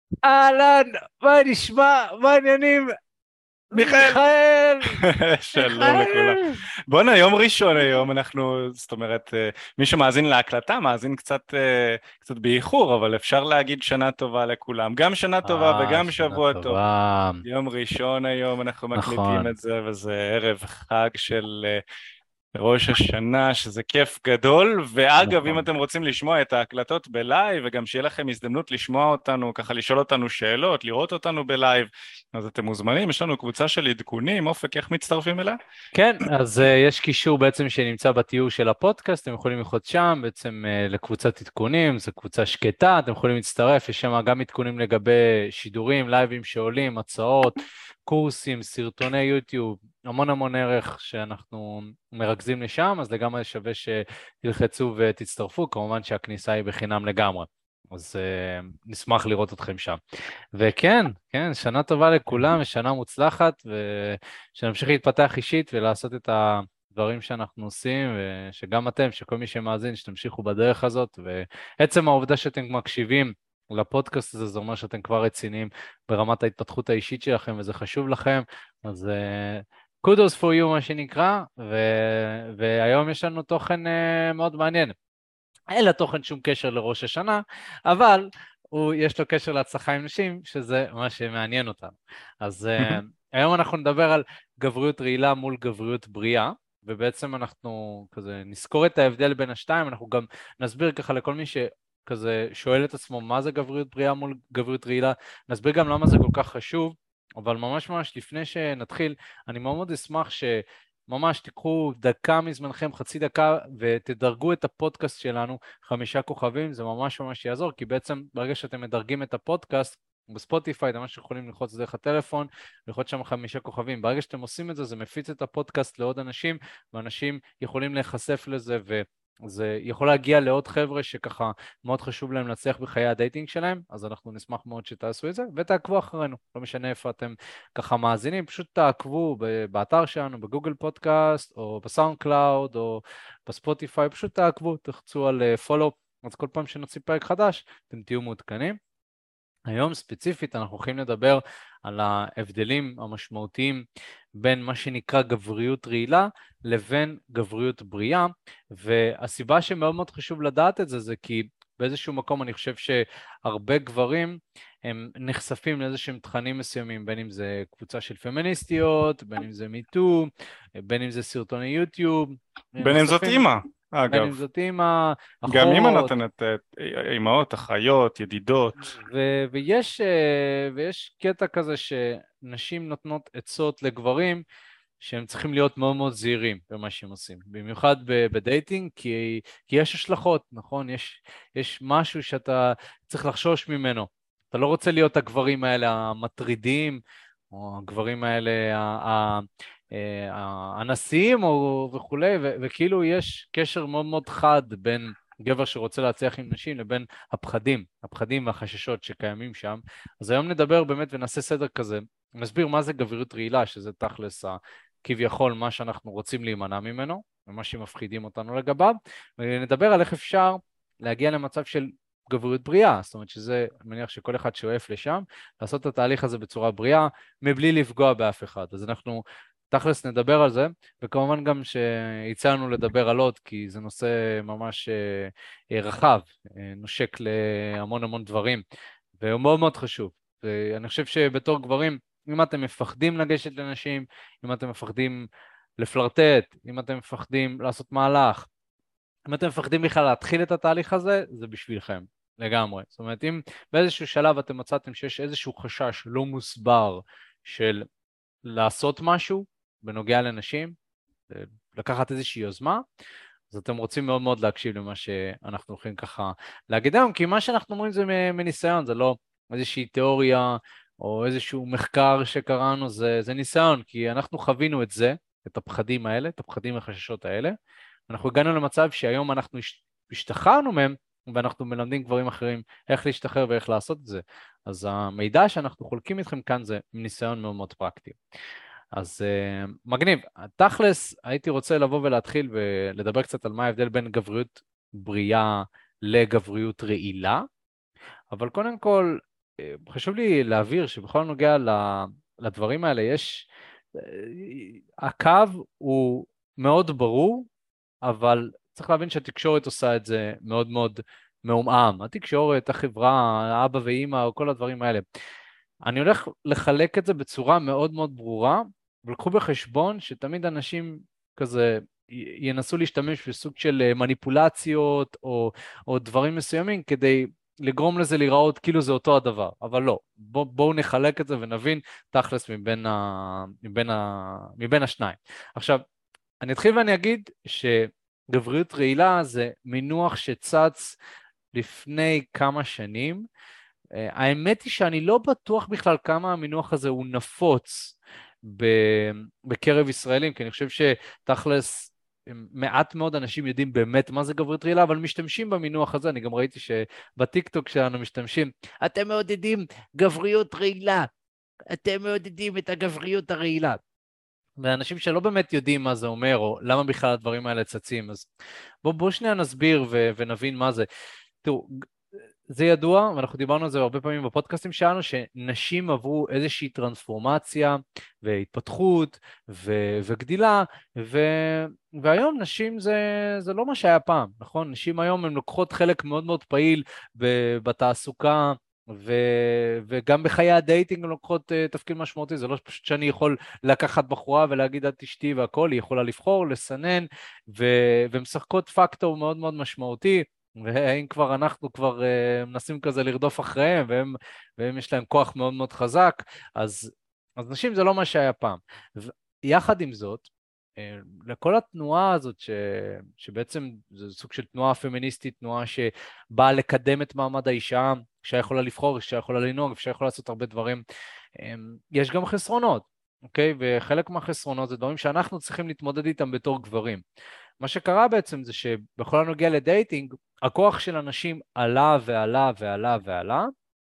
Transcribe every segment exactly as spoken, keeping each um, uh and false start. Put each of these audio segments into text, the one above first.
אהלן, מה נשמע? מה העניינים? מיכאל, מיכאל! שלום לכולם. מיכאל! בואנה, יום ראשון היום אנחנו, זאת אומרת, אה, מי שמאזין להקלטה מאזין קצת, אה, קצת באיחור, אבל אפשר להגיד שנה טובה לכולם. גם שנה טובה אה, וגם שנה שבוע טוב. טובה. יום ראשון היום אנחנו מקליטים נכון, את זה, וזה ערב חג של אה, ראש השנה, שזה כיף גדול. ואגב, אם נכון. אתם רוצים לשמוע את ההקלטות בלייב, וגם שיהיה לכם הזדמנות לשמוע אותנו, ככה לשאול אותנו שאלות, לראות אותנו בלייב, אז אתם מוזמנים. יש לנו קבוצה של עדכונים. אופק, איך מצטרפים אליה? כן, אז uh, יש קישור בעצם שנמצא בתיאור של הפודקאסט, אתם יכולים ללחוץ שם בעצם uh, לקבוצת עדכונים, זו קבוצה שקטה, אתם יכולים להצטרף, יש שם גם עדכונים לגבי שידורים, לייבים שעולים, הצעות, קורסים, סרטוני יוטיוב, המון המון ערך שאנחנו מרכזים לשם, אז לגמרי שווה שתלחצו ותצטרפו, כמובן שהכניסה היא בחינם לגמרי, אז uh, נשמח לראות אתכם שם. וכן, כן, שנה טובה לכולם, שנה מוצלחת, ושנמשיך להתפתח אישית ולעשות את הדברים שאנחנו עושים, ושגם אתם, שכל מי שמאזין, שתמשיכו בדרך הזאת, ועצם העובדה שאתם מקשיבים לפודקאסט הזה, זה אומר שאתם כבר רציניים ברמת ההתפתחות האישית שלכם, וזה חשוב לכם, אז קודוס uh, for you, מה שנקרא, ו... והיום יש לנו תוכן uh, מאוד מעניין. אין לתוכן שום קשר לראש השנה, אבל הוא, יש לו קשר להצלחה עם נשים, שזה מה שמעניין אותנו. אז uh, היום אנחנו נדבר על גבריות רעילה מול גבריות בריאה, ובעצם אנחנו כזה נזכור את ההבדל בין השתיים, אנחנו גם נסביר ככה לכל מי שכזה שואל את עצמו מה זה גבריות בריאה מול גבריות רעילה, נסביר גם למה זה כל כך חשוב, אבל ממש ממש לפני שנתחיל, אני מאוד מאוד אשמח ש... ממש תיקחו דקה מזמנכם, חצי דקה, ותדרגו את הפודקאסט שלנו חמישה כוכבים, זה ממש ממש יעזור, כי בעצם ברגע שאתם מדרגים את הפודקאסט בספוטיפיי, אתם ממש יכולים ללחוץ דרך הטלפון, ללחוץ שם חמישה כוכבים. ברגע שאתם עושים את זה, זה מפיץ את הפודקאסט לעוד אנשים, ואנשים יכולים להיחשף לזה, וזה יכול להגיע לעוד חבר'ה שככה מאוד חשוב להם להצליח בחיי הדייטינג שלהם, אז אנחנו נשמח מאוד שתעשו את זה, ותעקבו אחרינו, לא משנה איפה אתם ככה מאזינים, פשוט תעקבו באתר שלנו, בגוגל פודקאסט, או בסאונד קלאוד, או בספוטיפיי, פשוט תעקבו, תחצו על פולו, אז כל פעם שנוציא פרק חדש, אתם תהיו מעודכנים. היום ספציפית אנחנו הולכים לדבר על ההבדלים המשמעותיים בין מה שנקרא גבריות רעילה לבין גבריות בריאה, והסיבה שמאוד מאוד חשוב לדעת את זה, זה כי באיזשהו מקום אני חושב שהרבה גברים הם נחשפים לאיזשהם תכנים מסוימים, בין אם זה קבוצה של פמיניסטיות, בין אם זה מיטו, בין אם זה סרטוני יוטיוב, הם בין אם זאת נחשפים, אימא, בין אם אגב. זאת אימא, גם אימא אחות, נותנת אה, אימהות, אחיות, ידידות. ו- ויש, אה, ויש קטע כזה שנשים נותנות עצות לגברים שהם צריכים להיות מאוד מאוד זהירים במה שהם עושים, במיוחד ב- בדייטינג, כי, כי יש השלכות, נכון? יש, יש משהו שאתה צריך לחשוש ממנו. אתה לא רוצה להיות הגברים האלה המטרידים, או הגברים האלה ה- ה- אה, האנסיים או וכולי, ו- וכאילו יש קשר מאוד מאוד חד בין גבר שרוצה להצליח עם נשים לבין הפחדים, הפחדים והחששות שקיימים שם. אז היום נדבר באמת ונעשה סדר כזה, נסביר מה זה גבריות רעילה, שזה תכלס ה- כביכול מה שאנחנו רוצים להימנע ממנו, ומה שמפחידים אותנו לגביו, ונדבר על איך אפשר להגיע למצב של גבריות בריאה, זאת אומרת שזה, אני מניח שכל אחד שואף לשם, לעשות את התהליך הזה בצורה בריאה, מבלי לפגוע באף אחד. אז אנחנו תכלס נדבר על זה, וכמובן גם שיצא לנו לדבר על עוד, כי זה נושא ממש אה, רחב, אה, נושק להמון המון דברים, והוא מאוד מאוד חשוב. ואני חושב שבתור גברים, אם אתם מפחדים לגשת לנשים, אם אתם מפחדים לפלרטט, אם אתם מפחדים לעשות מהלך, אם אתם מפחדים בכלל להתחיל את התהליך הזה, זה בשבילכם, לגמרי. זאת אומרת, אם באיזשהו שלב אתם מצאתם שיש איזשהו חשש לא מוסבר של לעשות משהו בנוגע לנשים, לקחת איזושהי יוזמה, אז אתם רוצים מאוד מאוד להקשיב למה שאנחנו הולכים ככה להגיד היום, כי מה שאנחנו אומרים זה מניסיון, זה לא איזושהי תיאוריה או איזשהו מחקר שקראנו, זה, זה ניסיון, כי אנחנו חווינו את זה, את הפחדים האלה, את הפחדים והחששות האלה, אנחנו הגענו למצב שהיום אנחנו השתחררנו מהם, ואנחנו מלמדים גברים אחרים איך להשתחרר ואיך לעשות את זה. אז המידע שאנחנו חולקים איתכם כאן זה ניסיון מאוד מאוד פרקטי. אז uh, מגניב, תכלס הייתי רוצה לבוא ולהתחיל ולדבר קצת על מה ההבדל בין גבריות בריאה לגבריות רעילה, אבל קודם כל חשוב לי להבהיר שבכל נוגע לדברים האלה, יש, הקו הוא מאוד ברור, אבל צריך להבין שהתקשורת עושה את זה מאוד מאוד מעומעם. התקשורת, החברה, האבא ואמא, כל הדברים האלה. אני הולך לחלק את זה בצורה מאוד מאוד ברורה, ולקחו בחשבון שתמיד אנשים כזה ינסו להשתמש בסוג של מניפולציות או, או דברים מסוימים כדי לגרום לזה להיראות כאילו זה אותו הדבר, אבל לא. בוא, בואו נחלק את זה ונבין תכלס מבין, ה, מבין, ה, מבין השניים. עכשיו, אני אתחיל ואני אגיד שגבריות רעילה זה מינוח שצץ לפני כמה שנים. האמת היא שאני לא בטוח בכלל כמה המינוח הזה הוא נפוץ בקרב ישראלים, כי אני חושב שתכלס מעט מאוד אנשים יודעים באמת מה זה גבריות רעילה, אבל משתמשים במינוח הזה. אני גם ראיתי שבטיקטוק שלנו משתמשים, אתם מעודדים גבריות רעילה, אתם מעודדים את הגבריות הרעילה. ואנשים שלא באמת יודעים מה זה אומר, או למה בכלל הדברים האלה צצים. אז בואו בוא שנייה נסביר ו- ונבין מה זה. תראו, זה ידוע, ואנחנו דיברנו על זה הרבה פעמים בפודקאסטים שלנו, שנשים עברו איזושהי טרנספורמציה והתפתחות ו- וגדילה, ו- והיום נשים זה, זה לא מה שהיה פעם, נכון? נשים היום הן לוקחות חלק מאוד מאוד פעיל בתעסוקה, ו- וגם בחיי הדייטינג הן לוקחות uh, תפקיד משמעותי. זה לא פשוט שאני יכול לקחת בחורה ולהגיד את אשתי והכל, היא יכולה לבחור, לסנן, ו- ומשחקות פקטור מאוד מאוד משמעותי, ואם כבר אנחנו כבר uh, מנסים כזה לרדוף אחריהם, והם, והם יש להם כוח מאוד מאוד חזק, אז, אז נשים זה לא מה שהיה פעם. ויחד עם זאת, uh, לכל התנועה הזאת, ש, שבעצם זה סוג של תנועה פמיניסטית, תנועה שבאה לקדם את מעמד האישה, שיכולה לבחור, שיכולה לנהוג, שיכולה לעשות הרבה דברים, um, יש גם חסרונות, אוקיי? וחלק מהחסרונות זה דברים שאנחנו צריכים להתמודד איתם בתור גברים. מה שקרה בעצם זה שבכל הנוגע לדייטינג, הכוח של אנשים עלה ועלה ועלה ועלה,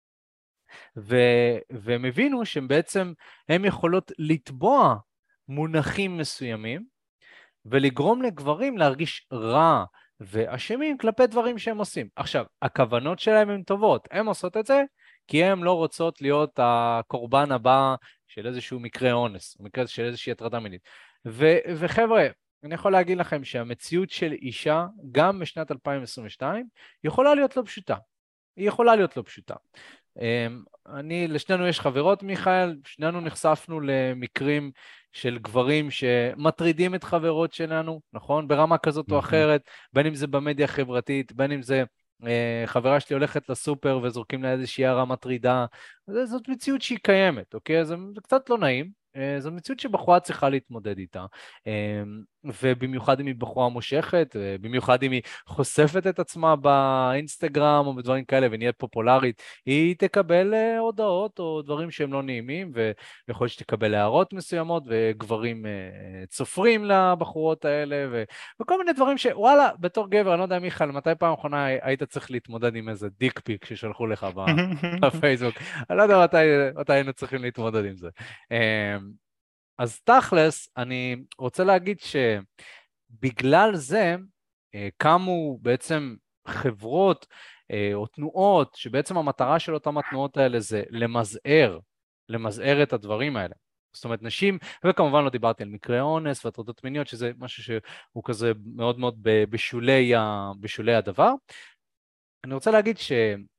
ו- והם הבינו שהם בעצם, הם יכולות לתבוע מונחים מסוימים, ולגרום לגברים להרגיש רע ואשמים כלפי דברים שהם עושים. עכשיו, הכוונות שלהם הן טובות, הם עושות את זה כי הם לא רוצות להיות הקורבן הבא של איזשהו מקרה אונס, או מקרה של איזושהי הטרדה מינית. ו- וחבר'ה, אני יכול להגיד לכם שהמציאות של אישה, גם בשנת אלפיים עשרים ושתיים, יכולה להיות לא פשוטה. היא יכולה להיות לא פשוטה. אני, לשנינו יש חברות, מיכאל, שנינו נחשפנו למקרים של גברים שמטרידים את חברות שלנו, נכון? ברמה כזאת או אחרת, בין אם זה במדיה החברתית, בין אם זה חברה שלי הולכת לסופר וזורקים לה איזושהי הערה מטרידה. זאת מציאות שהיא קיימת, אוקיי? זה, זה קצת לא נעים. זו מציאות שבחורה צריכה להתמודד איתה, ובמיוחד אם היא בחורה מושכת, במיוחד אם היא חושפת את עצמה באינסטגרם או בדברים כאלה ונהיית פופולרית, היא תקבל הודעות או דברים שהם לא נעימים, ויכול להיות שתקבל הערות מסוימות, וגברים צופרים לבחורות האלה, ו... וכל מיני דברים שוואלה, בתור גבר, אני לא יודע מיכאל, מתי פעם אחרונה היית צריך להתמודד עם איזה דיק פיק ששלחו לך בפייסבוק? אני לא יודע מתי, מתי היינו צריכים להתמודד עם זה. אז תכלס, אני רוצה להגיד שבגלל זה קמו בעצם חברות או תנועות, שבעצם המטרה של אותם התנועות האלה זה למזער, למזער את הדברים האלה. זאת אומרת, נשים, וכמובן לא דיברתי על מקרי אונס והטרדות מיניות, שזה משהו שהוא כזה מאוד מאוד בשולי, בשולי הדבר. אני רוצה להגיד ש...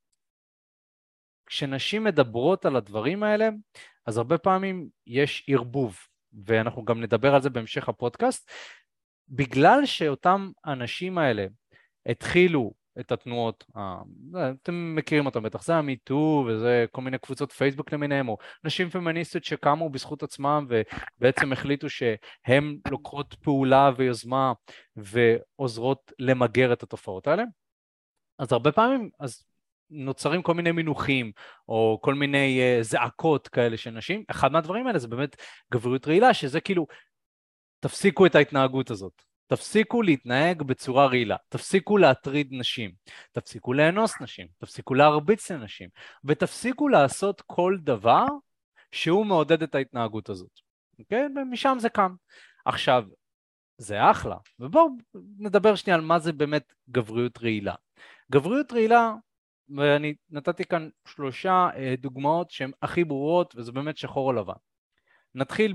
כשנשים מדברות על הדברים האלה, אז הרבה פעמים יש ערבוב, ואנחנו גם נדבר על זה בהמשך הפודקאסט, בגלל שאותם אנשים האלה התחילו את התנועות, אתם מכירים אותם בטח, זה המיטו וזה כל מיני קבוצות פייסבוק למיניהם, או נשים פמיניסטיות שקמו בזכות עצמם ובעצם החליטו שהם לוקחות פעולה ויוזמה ועוזרות למגר את התופעות האלה. אז הרבה פעמים, אז נוצרים כל מיני מינוחים, או כל מיני uh, זעקות כאלה של נשים. אחד מהדברים האלה זה באמת גבריות רעילה, שזה כאילו, תפסיקו את ההתנהגות הזאת. תפסיקו להתנהג בצורה רעילה. תפסיקו להטריד נשים. תפסיקו לאנוס נשים. תפסיקו להרביץ לנשים. ותפסיקו לעשות כל דבר שהוא מעודד את ההתנהגות הזאת. אוקיי? ומשם זה קם. עכשיו, זה אחלה. ובואו נדבר שנייה על מה זה באמת גבריות רעילה. גבריות רעילה ואני נתתי כאן שלושה דוגמאות שהן הכי ברורות, וזה באמת שחור או לבן. נתחיל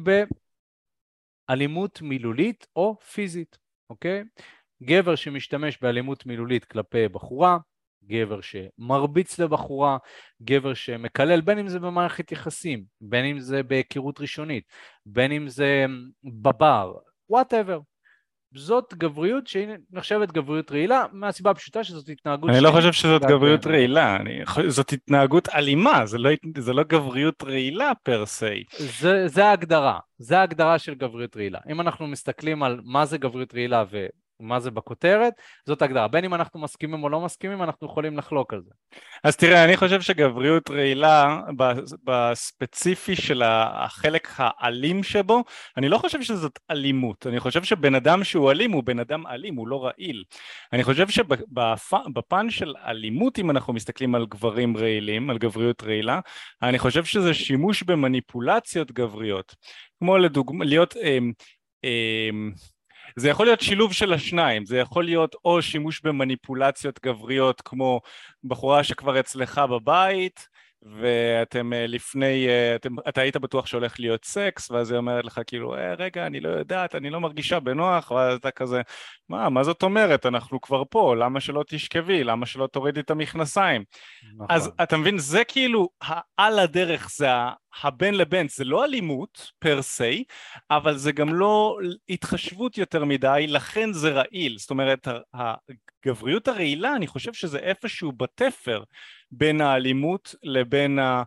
באלימות מילולית או פיזית, אוקיי? גבר שמשתמש באלימות מילולית כלפי בחורה, גבר שמרביץ לבחורה, גבר שמקלל, בין אם זה במערכת יחסים, בין אם זה בהיכרות ראשונית, בין אם זה בבר, whatever. זאת גבריות שהיא נחשבת גבריות רעילה, מהסיבה הפשוטה שזאת התנהגות אני שלילית. לא חושב שזאת גבריות רעילה, אני... זאת התנהגות אלימה, זה לא, זה לא גבריות רעילה פר סי. זה, זה ההגדרה, זה ההגדרה של גבריות רעילה. אם אנחנו מסתכלים על מה זה גבריות רעילה ומה זה בכותרת, זאת הגדרה. בין אם אנחנו מסכימים או לא מסכימים, אנחנו יכולים לחלוק על זה. אז תראה, אני חושב שגבריות רעילה, בספציפי של החלק האלים שבו, אני לא חושב שזאת אלימות, אני חושב שבן אדם שהוא אלים הוא בן אדם אלים, הוא לא רעיל. אני חושב שבפן של אלימות, אם אנחנו מסתכלים על גברים רעילים, על גבריות רעילה, אני חושב שזה שימוש במניפולציות גבריות, כמו לדוגמה, להיות... אמ, אמ, זה יכול להיות שילוב של השניים, זה יכול להיות או שימוש במניפולציות גבריות כמו בחורה שכבר אצלך בבית ואתם לפני, אתם, אתה היית בטוח שהולך להיות סקס ואז היא אומרת לך כאילו אה, רגע אני לא יודעת, אני לא מרגישה בנוח ואז אתה כזה מה, מה זאת אומרת, אנחנו כבר פה, למה שלא תשכבי, למה שלא תורידי את המכנסיים. נכון. אז אתה מבין, זה כאילו על הדרך, זה הבן לבן, זה לא אלימות פר סי, אבל זה גם לא התחשבות יותר מדי, לכן זה רעיל. זאת אומרת, הגבריות הרעילה, אני חושב שזה איפשהו בתפר בין האלימות לבין ה...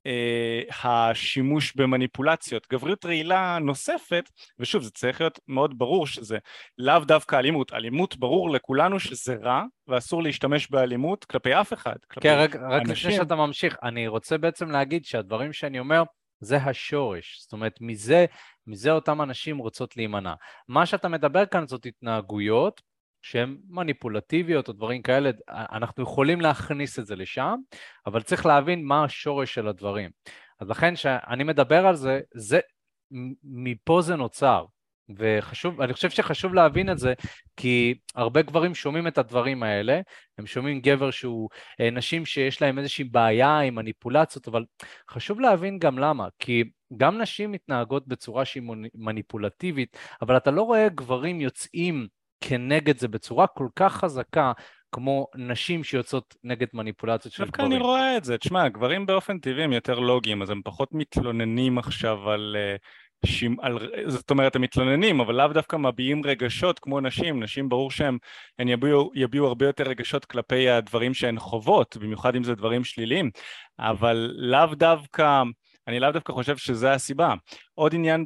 השימוש במניפולציות. גבריות רעילה נוספת, ושוב זה צריך להיות מאוד ברור שזה לאו דווקא אלימות, אלימות ברור לכולנו שזה רע ואסור להשתמש באלימות כלפי אף אחד, כלפי כן, רק, רק אנשים. לפני שאתה ממשיך, אני רוצה בעצם להגיד שהדברים שאני אומר זה השורש, זאת אומרת מזה, מזה אותם אנשים רוצות להימנע. מה שאתה מדבר כאן זאת התנהגויות שהן מניפולטיביות או דברים כאלה, אנחנו יכולים להכניס את זה לשם, אבל צריך להבין מה השורש של הדברים. אז לכן שאני מדבר על זה, זה מפה זה נוצר, וחשוב, אני חושב שחשוב להבין את זה, כי הרבה גברים שומעים את הדברים האלה, הם שומעים גבר שהוא, נשים שיש להם איזושהי בעיה עם מניפולציות, אבל חשוב להבין גם למה, כי גם נשים מתנהגות בצורה שהיא מניפולטיבית, אבל אתה לא רואה גברים יוצאים כנגד זה בצורה כל כך חזקה, כמו נשים שיוצאות נגד מניפולציות של גברים. דווקא אני רואה את זה, תשמע, גברים באופן טבעי הם יותר לוגיים, אז הם פחות מתלוננים עכשיו על... שימ... על... זאת אומרת, הם מתלוננים, אבל לאו דווקא מביעים רגשות כמו נשים. נשים ברור שהם יביעו, יביעו הרבה יותר רגשות כלפי הדברים שהן חוות, במיוחד אם זה דברים שליליים, אבל לאו דווקא... אני לאו דווקא חושב שזה הסיבה. עוד עניין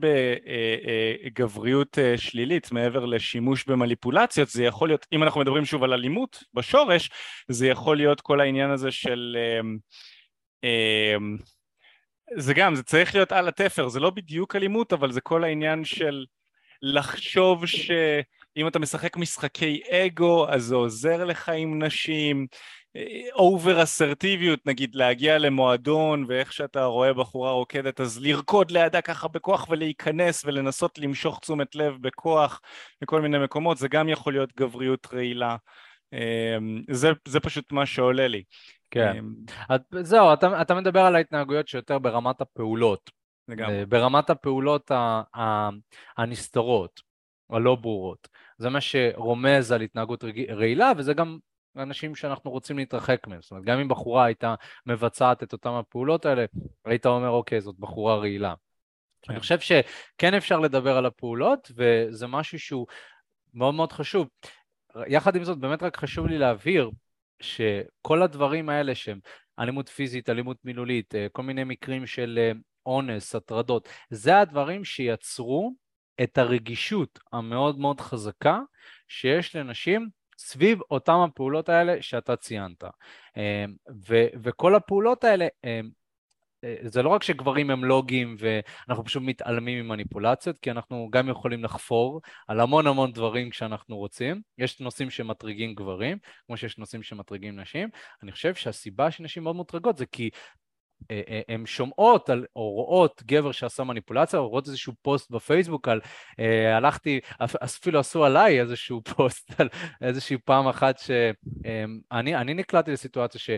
בגבריות שלילית, מעבר לשימוש במניפולציות, זה יכול להיות, אם אנחנו מדברים שוב על אלימות בשורש, זה יכול להיות כל העניין הזה של... זה גם, זה צריך להיות על התפר, זה לא בדיוק אלימות, אבל זה כל העניין של לחשוב שאם אתה משחק משחקי אגו, אז זה עוזר לך עם נשים, אובר אסרטיביות, נגיד להגיע למועדון ואיך שאתה רואה בחורה רוקדת אז לרקוד לידה ככה בכוח ולהיכנס ולנסות למשוך תשומת לב בכוח בכל מיני מקומות, זה גם יכול להיות גבריות רעילה. זה, זה פשוט מה שעולה לי. כן, זהו, אתה, אתה מדבר על ההתנהגויות שיותר ברמת הפעולות, לגמרי. ברמת הפעולות הנסתרות, הלא ברורות, זה מה שרומז על התנהגות רעילה, וזה גם אנשים שאנחנו רוצים להתרחק מהם. זאת אומרת, גם אם בחורה הייתה מבצעת את אותם הפעולות האלה, היית אומר, אוקיי, זאת בחורה רעילה. כן. אני חושב שכן אפשר לדבר על הפעולות, וזה משהו שהוא מאוד מאוד חשוב. יחד עם זאת, באמת רק חשוב לי להבהיר, שכל הדברים האלה שהם אלימות פיזית, אלימות מילולית, כל מיני מקרים של אונס, הטרדות, זה הדברים שיצרו את הרגישות המאוד מאוד חזקה שיש לנשים, סביב אותם הפעולות האלה שאתה ציינת. ו- וכל הפעולות האלה, זה לא רק שגברים הם לוגיים ואנחנו פשוט מתעלמים ממניפולציות, כי אנחנו גם יכולים לחפור על המון המון דברים כשאנחנו רוצים. יש נושאים שמטריגים גברים, כמו שיש נושאים שמטריגים נשים. אני חושב שהסיבה שנשים מאוד מוטרגות זה כי הן שומעות על, או רואות גבר שעשה מניפולציה, או רואות איזשהו פוסט בפייסבוק על, אה, הלכתי, אפילו עשו עליי איזשהו פוסט על איזושהי פעם אחת שאני אני נקלעתי לסיטואציה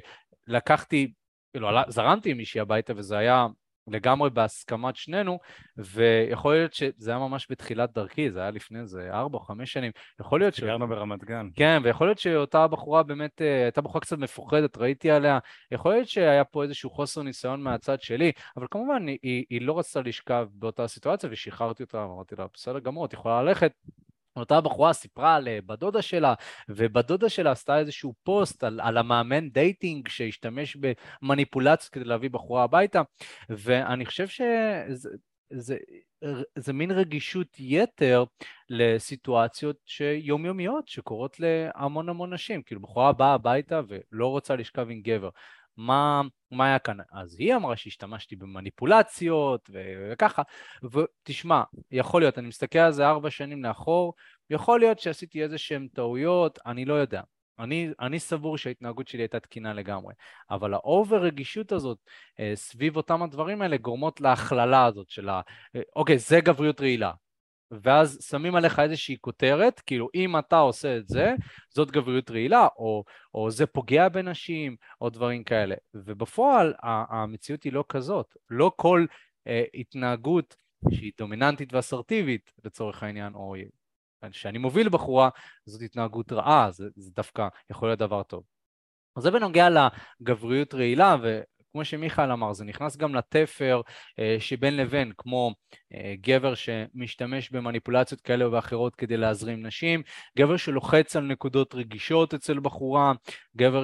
לקחתי, לא, זרמתי עם מישהי הביתה, וזה היה לגמרי בהסכמת שנינו, ויכול להיות שזה היה ממש בתחילת דרכי, זה היה לפני זה ארבע או חמש שנים, יכול להיות ש... גרנו ברמת גן. כן, ויכול להיות שאותה בחורה באמת, הייתה בחורה קצת מפוחדת, ראיתי עליה, יכול להיות שהיה פה איזשהו חוסר ניסיון מהצד שלי, אבל כמובן היא, היא לא רצתה לשכב באותה סיטואציה, ושחררתי אותה, אמרתי לה, בסדר גמור, את יכולה ללכת. אותה בחורה סיפרה על בדודה שלה, ובדודה שלה עשתה איזשהו פוסט על, על המאמן דייטינג שהשתמש במניפולציות כדי להביא בחורה הביתה, ואני חושב שזה זה, זה מין רגישות יתר לסיטואציות שיומיומיות שקורות להמון המון נשים, כאילו בחורה באה הביתה ולא רוצה לשכב עם גבר. מה, מה היה כאן? אז היא אמרה שהשתמשתי במניפולציות וככה, ותשמע, יכול להיות, אני מסתכל על זה ארבע שנים לאחור, יכול להיות שעשיתי איזה שהן טעויות, אני לא יודע. אני, אני סבור שההתנהגות שלי הייתה תקינה לגמרי, אבל האובר רגישות הזאת סביב אותם הדברים האלה גורמות להכללה הזאת של ה... אוקיי, זה גבריות רעילה. ואז שמים עליך איזושהי כותרת, כאילו אם אתה עושה את זה, זאת גבריות רעילה, או, או זה פוגע בנשים, או דברים כאלה. ובפועל המציאות היא לא כזאת. לא כל אה, התנהגות שהיא דומיננטית ואסרטיבית, לצורך העניין, או שאני מוביל בחורה, זאת התנהגות רעה, זה, זה דווקא יכול להיות דבר טוב. אז זה בנוגע לגבריות רעילה, ו... כמו שמיכאל אמר, זה נכנס גם לתפר אה, שבין לבין, כמו אה, גבר שמשתמש במניפולציות כאלה ואחרות כדי להזרים נשים, גבר שלוחץ על נקודות רגישות אצל בחורה, גבר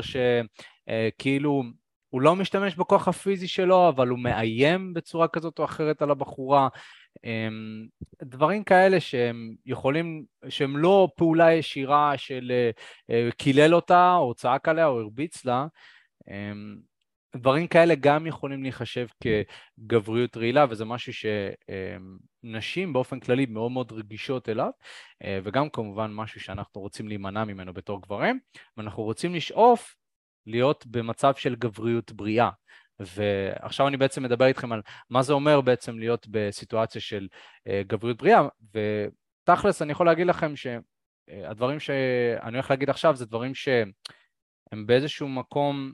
שכאילו אה, הוא לא משתמש בכוח הפיזי שלו, אבל הוא מאיים בצורה כזאת או אחרת על הבחורה, אה, דברים כאלה שהם יכולים, שהם לא פעולה ישירה של אה, אה, קילל אותה או צעק עליה או הרביץ לה, אה, דברים כאלה גם יכולים להיחשב כגבריות רעילה, וזה משהו שנשים באופן כללי מאוד מאוד רגישות אליו, וגם כמובן משהו שאנחנו רוצים להימנע ממנו בתור גברים, ואנחנו רוצים לשאוף להיות במצב של גבריות בריאה. ועכשיו אני בעצם מדבר איתכם על מה זה אומר בעצם להיות בסיטואציה של גבריות בריאה, ותכלס אני יכול להגיד לכם שהדברים שאני הולך להגיד עכשיו זה דברים שהם באיזשהו מקום,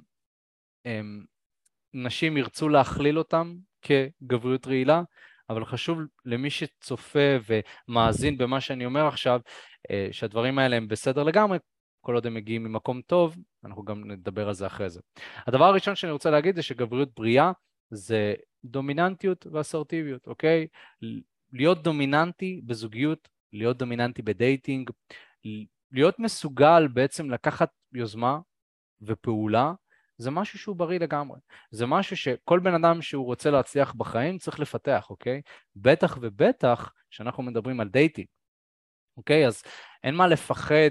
הם, נשים ירצו להכליל אותם כגבריות רעילה, אבל חשוב למי שצופה ומאזין במה שאני אומר עכשיו, שהדברים האלה הם בסדר לגמרי, כל עוד הם מגיעים ממקום טוב, אנחנו גם נדבר על זה אחרי זה. הדבר הראשון שאני רוצה להגיד זה שגבריות בריאה זה דומיננטיות ואסרטיביות, אוקיי? להיות דומיננטי בזוגיות, להיות דומיננטי בדייטינג, להיות מסוגל בעצם לקחת יוזמה ופעולה, זה משהו שהוא בריא לגמרי. זה משהו שכל בן אדם שהוא רוצה להצליח בחיים צריך לפתח, אוקיי? בטח ובטח שאנחנו מדברים על דייטינג, אוקיי? אז אין מה לפחד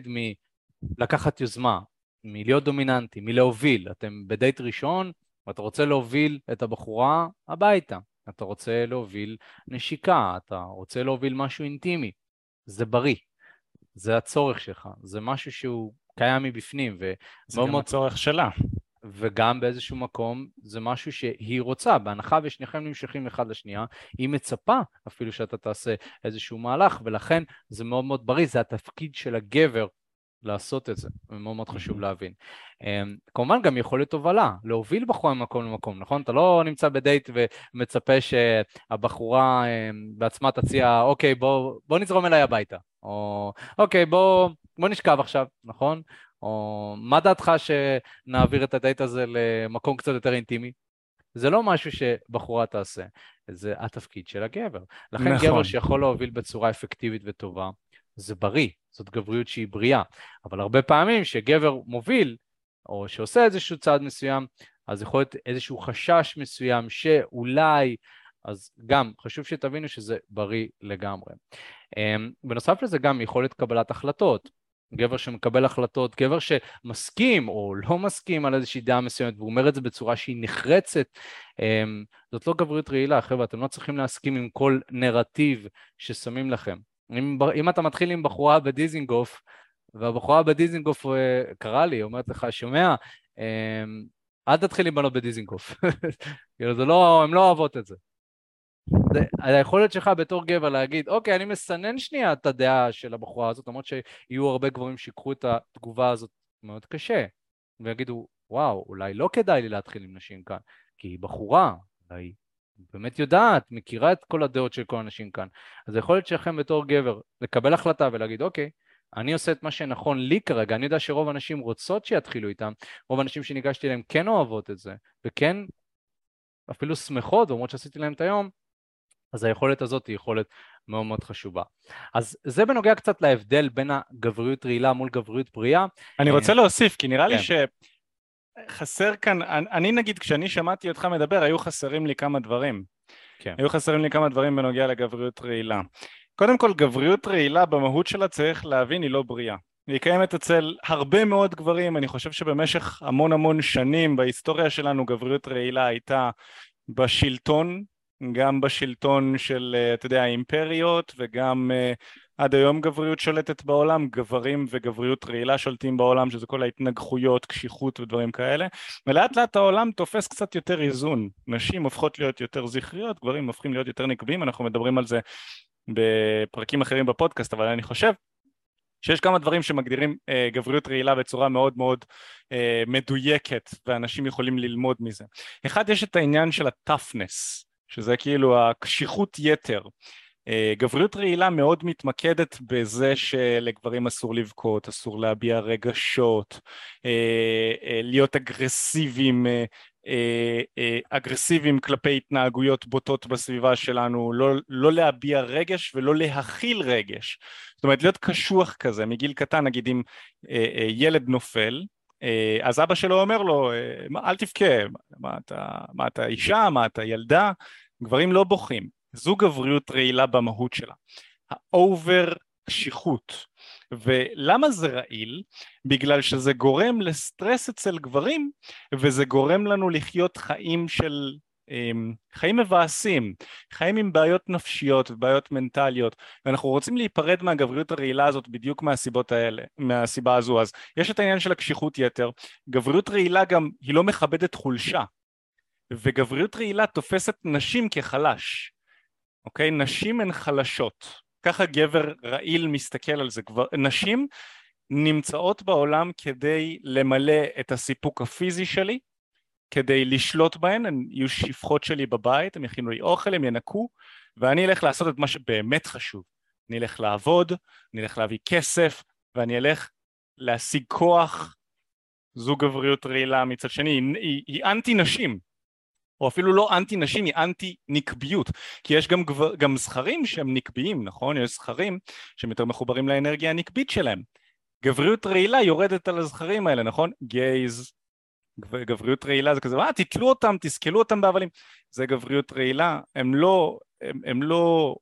מלקחת יוזמה, מלהיות דומיננטי, מלהוביל. אתם בדייט ראשון, ואתה רוצה להוביל את הבחורה הביתה. אתה רוצה להוביל נשיקה, אתה רוצה להוביל משהו אינטימי. זה בריא. זה הצורך שלך. זה משהו שהוא קיים מבפנים. זה גם הצורך שלה. וגם באיזשהו מקום זה משהו שהיא רוצה, בהנחה ושניכם נמשכים אחד לשנייה, היא מצפה אפילו שאתה תעשה איזשהו מהלך, ולכן זה מאוד מאוד בריא, זה התפקיד של הגבר לעשות את זה, ומאוד מאוד חשוב להבין. כמובן גם יכולת הובלה, להוביל בחורה ממקום למקום, נכון? אתה לא נמצא בדייט ומצפה שהבחורה בעצמה תציע, אוקיי, בוא, בוא נזרום אליי הביתה, או אוקיי, בוא, בוא נשכב עכשיו, נכון? או מה דעתך שנעביר את הדייט הזה למקום קצת יותר אינטימי? זה לא משהו שבחורה תעשה, זה התפקיד של הגבר. לכן נכון. גבר שיכול להוביל בצורה אפקטיבית וטובה, זה בריא, זאת גבריות שהיא בריאה. אבל הרבה פעמים שגבר מוביל, או שעושה איזשהו צעד מסוים, אז יכול להיות איזשהו חשש מסוים שאולי, אז גם חשוב שתבינו שזה בריא לגמרי. בנוסף לזה גם יכולת קבלת החלטות. גבר שמקבל החלטות, גבר שמסכים או לא מסכים על איזושהי דעה מסוימת, והוא אומר את זה בצורה שהיא נחרצת, זאת לא גבריות רעילה, חבר'ה, אתם לא צריכים להסכים עם כל נרטיב ששמים לכם. אם, אם אתה מתחיל עם בחורה בדיזינגוף, והבחורה בדיזינגוף קרא לי, אומרת לך, שומע, אל תתחיל עם בנות בדיזינגוף. זה לא, הם לא אוהבות את זה. זה, היכולת שלך בתור גבר להגיד, אוקיי, אני מסנן שנייה את הדעה של הבחורה הזאת, למרות שיהיו הרבה גברים שיקחו את התגובה הזאת מאוד קשה, ויגידו, וואו, אולי לא כדאי לי להתחיל עם נשים כאן, כי היא בחורה, אולי היא באמת יודעת, מכירה את כל הדעות של כל האנשים כאן. אז יכול להיות שלכם בתור גבר, לקבל החלטה ולהגיד, אוקיי, אני עושה את מה שנכון לי כרגע, אני יודע שרוב האנשים רוצות שיתחילו איתם, רוב האנשים שניגשתי אליהם כן אוהבות את זה, וכן אפילו שמחות, ואומרות שעשיתי להם את היום, אז היכולת הזאת היא יכולת מאוד מאוד חשובה. אז זה בנוגע קצת להבדל בין הגבריות רעילה מול גבריות בריאה. אני רוצה להוסיף, כי נראה לי כן. שחסר כאן, אני נגיד כשאני שמעתי אותך מדבר, היו חסרים לי כמה דברים. כן. היו חסרים לי כמה דברים בנוגע לגבריות רעילה. קודם כל, גבריות רעילה במהות שלה צריך להבין, היא לא בריאה. היא קיימת אצל הרבה מאוד גברים, אני חושב שבמשך המון המון שנים בהיסטוריה שלנו גבריות רעילה הייתה בשלטון, גם בשלטון של, אתה יודע, האימפריות, וגם uh, עד היום גבריות שולטת בעולם, גברים וגבריות רעילה שולטים בעולם, שזה כל ההתנגחויות, קשיחות ודברים כאלה, ולאט לאט העולם תופס קצת יותר איזון, נשים הופכות להיות יותר זכריות, גברים הופכים להיות יותר נקביים, אנחנו מדברים על זה בפרקים אחרים בפודקאסט, אבל אני חושב שיש כמה דברים שמגדירים אה, גבריות רעילה בצורה מאוד מאוד אה, מדויקת, ואנשים יכולים ללמוד מזה. אחד, יש את העניין של ה-toughness, שזה כאילו הקשיחות יתר. אה, גבריות רעילה מאוד מתמקדת בזה שלגברים אסור לבכות, אסור להביע רגשות, אה, אה, להיות אגרסיביים, אה, אגרסיביים כלפי התנהגויות בוטות בסביבה שלנו, לא, לא להביע רגש ולא להכיל רגש. זאת אומרת, להיות קשוח כזה, מגיל קטן, נגיד אם ילד נופל, אז אבא שלו אומר לו, אל תבכה, מה אתה, מה אתה אישה, מה אתה ילדה, גברים לא בוכים. זו גבריות רעילה במהות שלה. האובר קשיחות. ולמה זה רעיל? בגלל שזה גורם לסטרס אצל גברים, וזה גורם לנו לחיות חיים של, חיים מבאסים, חיים עם בעיות נפשיות ובעיות מנטליות, ואנחנו רוצים להיפרד מהגבריות הרעילה הזאת בדיוק מהסיבות האלה, מהסיבה הזו. אז יש את העניין של הקשיחות יתר, גבריות רעילה גם היא לא מכבדת חולשה, וגבריות רעילה תופסת נשים כחלש, אוקיי? נשים הן חלשות. ככה גבר רעיל מסתכל על זה. כבר, נשים נמצאות בעולם כדי למלא את הסיפוק הפיזי שלי, כדי לשלוט בהן, הן יהיו שפחות שלי בבית, הם יכינו לי אוכל, הם ינקו, ואני אלך לעשות את מה שבאמת חשוב. אני אלך לעבוד, אני אלך להביא כסף, ואני אלך להשיג כוח. זו גבריות רעילה מצד שני, היא, היא, היא אנטי נשים. או אפילו לא אנטי נשים, היא אנטי נקביות, כי יש גם, גבר, גם זכרים שהם נקביים, נכון? יש זכרים שהם יותר מחוברים לאנרגיה הנקבית שלהם. גבריות רעילה יורדת על הזכרים האלה, נכון? גייז, גבריות רעילה זה כזה, מה, תתלו אותם, תסכלו אותם בהבלים. זה גבריות רעילה, הם לא, הם, הם לא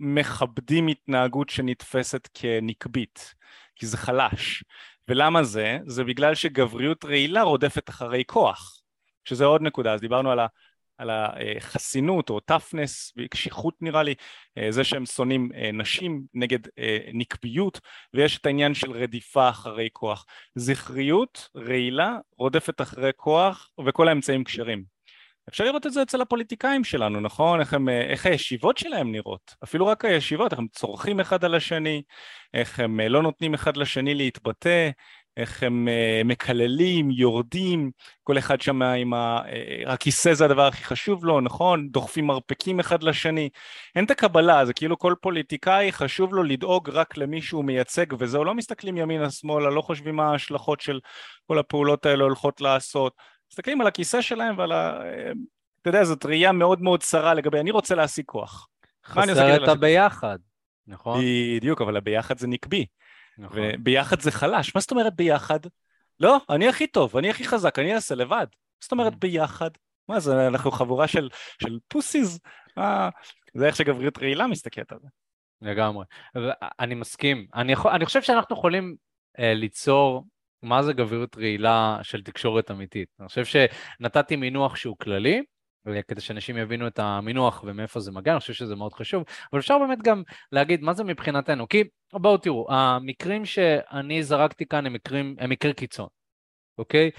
מכבדים התנהגות שנתפסת כנקבית, כי זה חלש. ולמה זה? זה בגלל שגבריות רעילה רודפת אחרי כוח. שזה עוד נקודה, אז דיברנו על, ה, על החסינות או toughness וקשיחות נראה לי, זה שהם שונאים נשים נגד נקביות, ויש את העניין של רדיפה אחרי כוח. זכריות, רעילה, רודפת אחרי כוח וכל האמצעים כשרים. אפשר לראות את זה אצל הפוליטיקאים שלנו, נכון? איך, הם, איך הישיבות שלהם נראות, אפילו רק הישיבות, איך הם צורכים אחד על השני, איך הם לא נותנים אחד לשני להתבטא, איך הם מקללים, יורדים, כל אחד שם עם ה... הכיסא זה הדבר הכי חשוב לו, נכון? דוחפים מרפקים אחד לשני. אין את הקבלה, זה כאילו כל פוליטיקאי חשוב לו לדאוג רק למי שהוא מייצג, וזהו, לא מסתכלים ימינה שמאלה, לא חושבים מה ההשלכות של כל הפעולות האלה הולכות לעשות. מסתכלים על הכיסא שלהם ועל ה... אתה יודע, זאת ראייה מאוד מאוד צרה לגבי, אני רוצה להשיג כוח. חסר את הביחד, נכון? בדיוק, אבל הביחד זה נקבי. נכון. וביחד זה חלש. מה זאת אומרת ביחד? לא, אני הכי טוב, אני הכי חזק, אני אעשה לבד. מה זאת אומרת ביחד? מה זה, אנחנו חבורה של, של פוסיז? מה? זה איך שגבריות רעילה מסתכלת על זה. לגמרי. אני מסכים. אני, יכול, אני חושב שאנחנו יכולים אה, ליצור מה זה גבריות רעילה של תקשורת אמיתית. אני חושב שנתתי מינוח שהוא כללי, כדי שאנשים יבינו את המינוח ומאיפה זה מגיע, אני חושב שזה מאוד חשוב, אבל אפשר באמת גם להגיד מה זה מבחינתנו, כי בואו תראו, המקרים שאני זרקתי כאן הם מקרים, הם מקרי קיצון, אוקיי?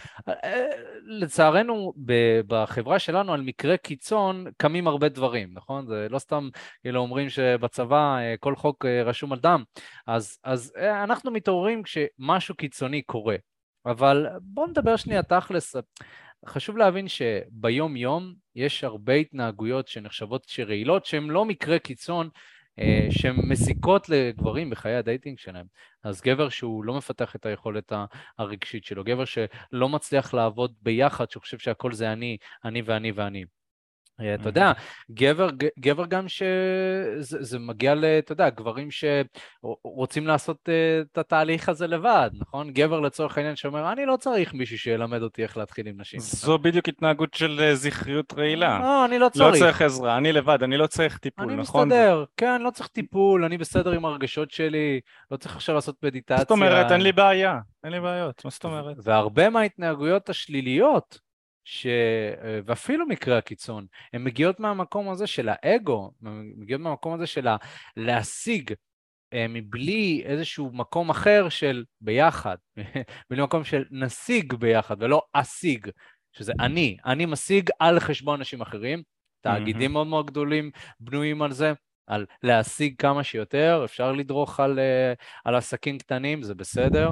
לצערנו בחברה שלנו על מקרי קיצון קמים הרבה דברים, נכון? זה לא סתם כאילו אומרים שבצבא כל חוק רשום על דם, אז, אז אנחנו מתעוררים כשמשהו קיצוני קורה. אבל בואו נדבר שנייה תכלס. חשוב להבין שביום יום יש הרבה התנהגויות שנחשבות שרעילות, שהן לא מקרה קיצון, שהן מסיקות לגברים בחיי הדייטינג שלהם. אז גבר שהוא לא מפתח את היכולת הרגשית שלו, גבר שלא מצליח לעבוד ביחד, שחושב שהכל זה אני, אני ואני ואני. אתה יודע, גבר, גבר גם שזה זה מגיע ל, אתה יודע, גברים שרוצים לעשות את התהליך הזה לבד, נכון? גבר לצורך העניין שאומר, אני לא צריך מישהו שילמד אותי איך להתחיל עם נשים. זו בדיוק התנהגות של זכריות רעילה. לא, אני לא צריך. לא צריך עזרה, אני לבד, אני לא צריך טיפול, אני נכון? אני מסתדר, כן, לא צריך טיפול, אני בסדר עם הרגשות שלי, לא צריך עכשיו לעשות מדיטציה. זאת אומרת, אין לי בעיה, אין לי בעיות, מה זאת אומרת? והרבה מההתנהגויות השליליות, ש... ואפילו מקרה הקיצון, הן מגיעות מהמקום הזה של האגו, מגיעות מהמקום הזה של להשיג מבלי איזשהו מקום אחר של ביחד, בלי מקום של נשיג ביחד ולא אשיג, שזה אני, אני משיג על חשבון אנשים אחרים, תאגידים מאוד מאוד גדולים בנויים על זה, על להשיג כמה שיותר, אפשר לדרוך על, על עסקים קטנים, זה בסדר,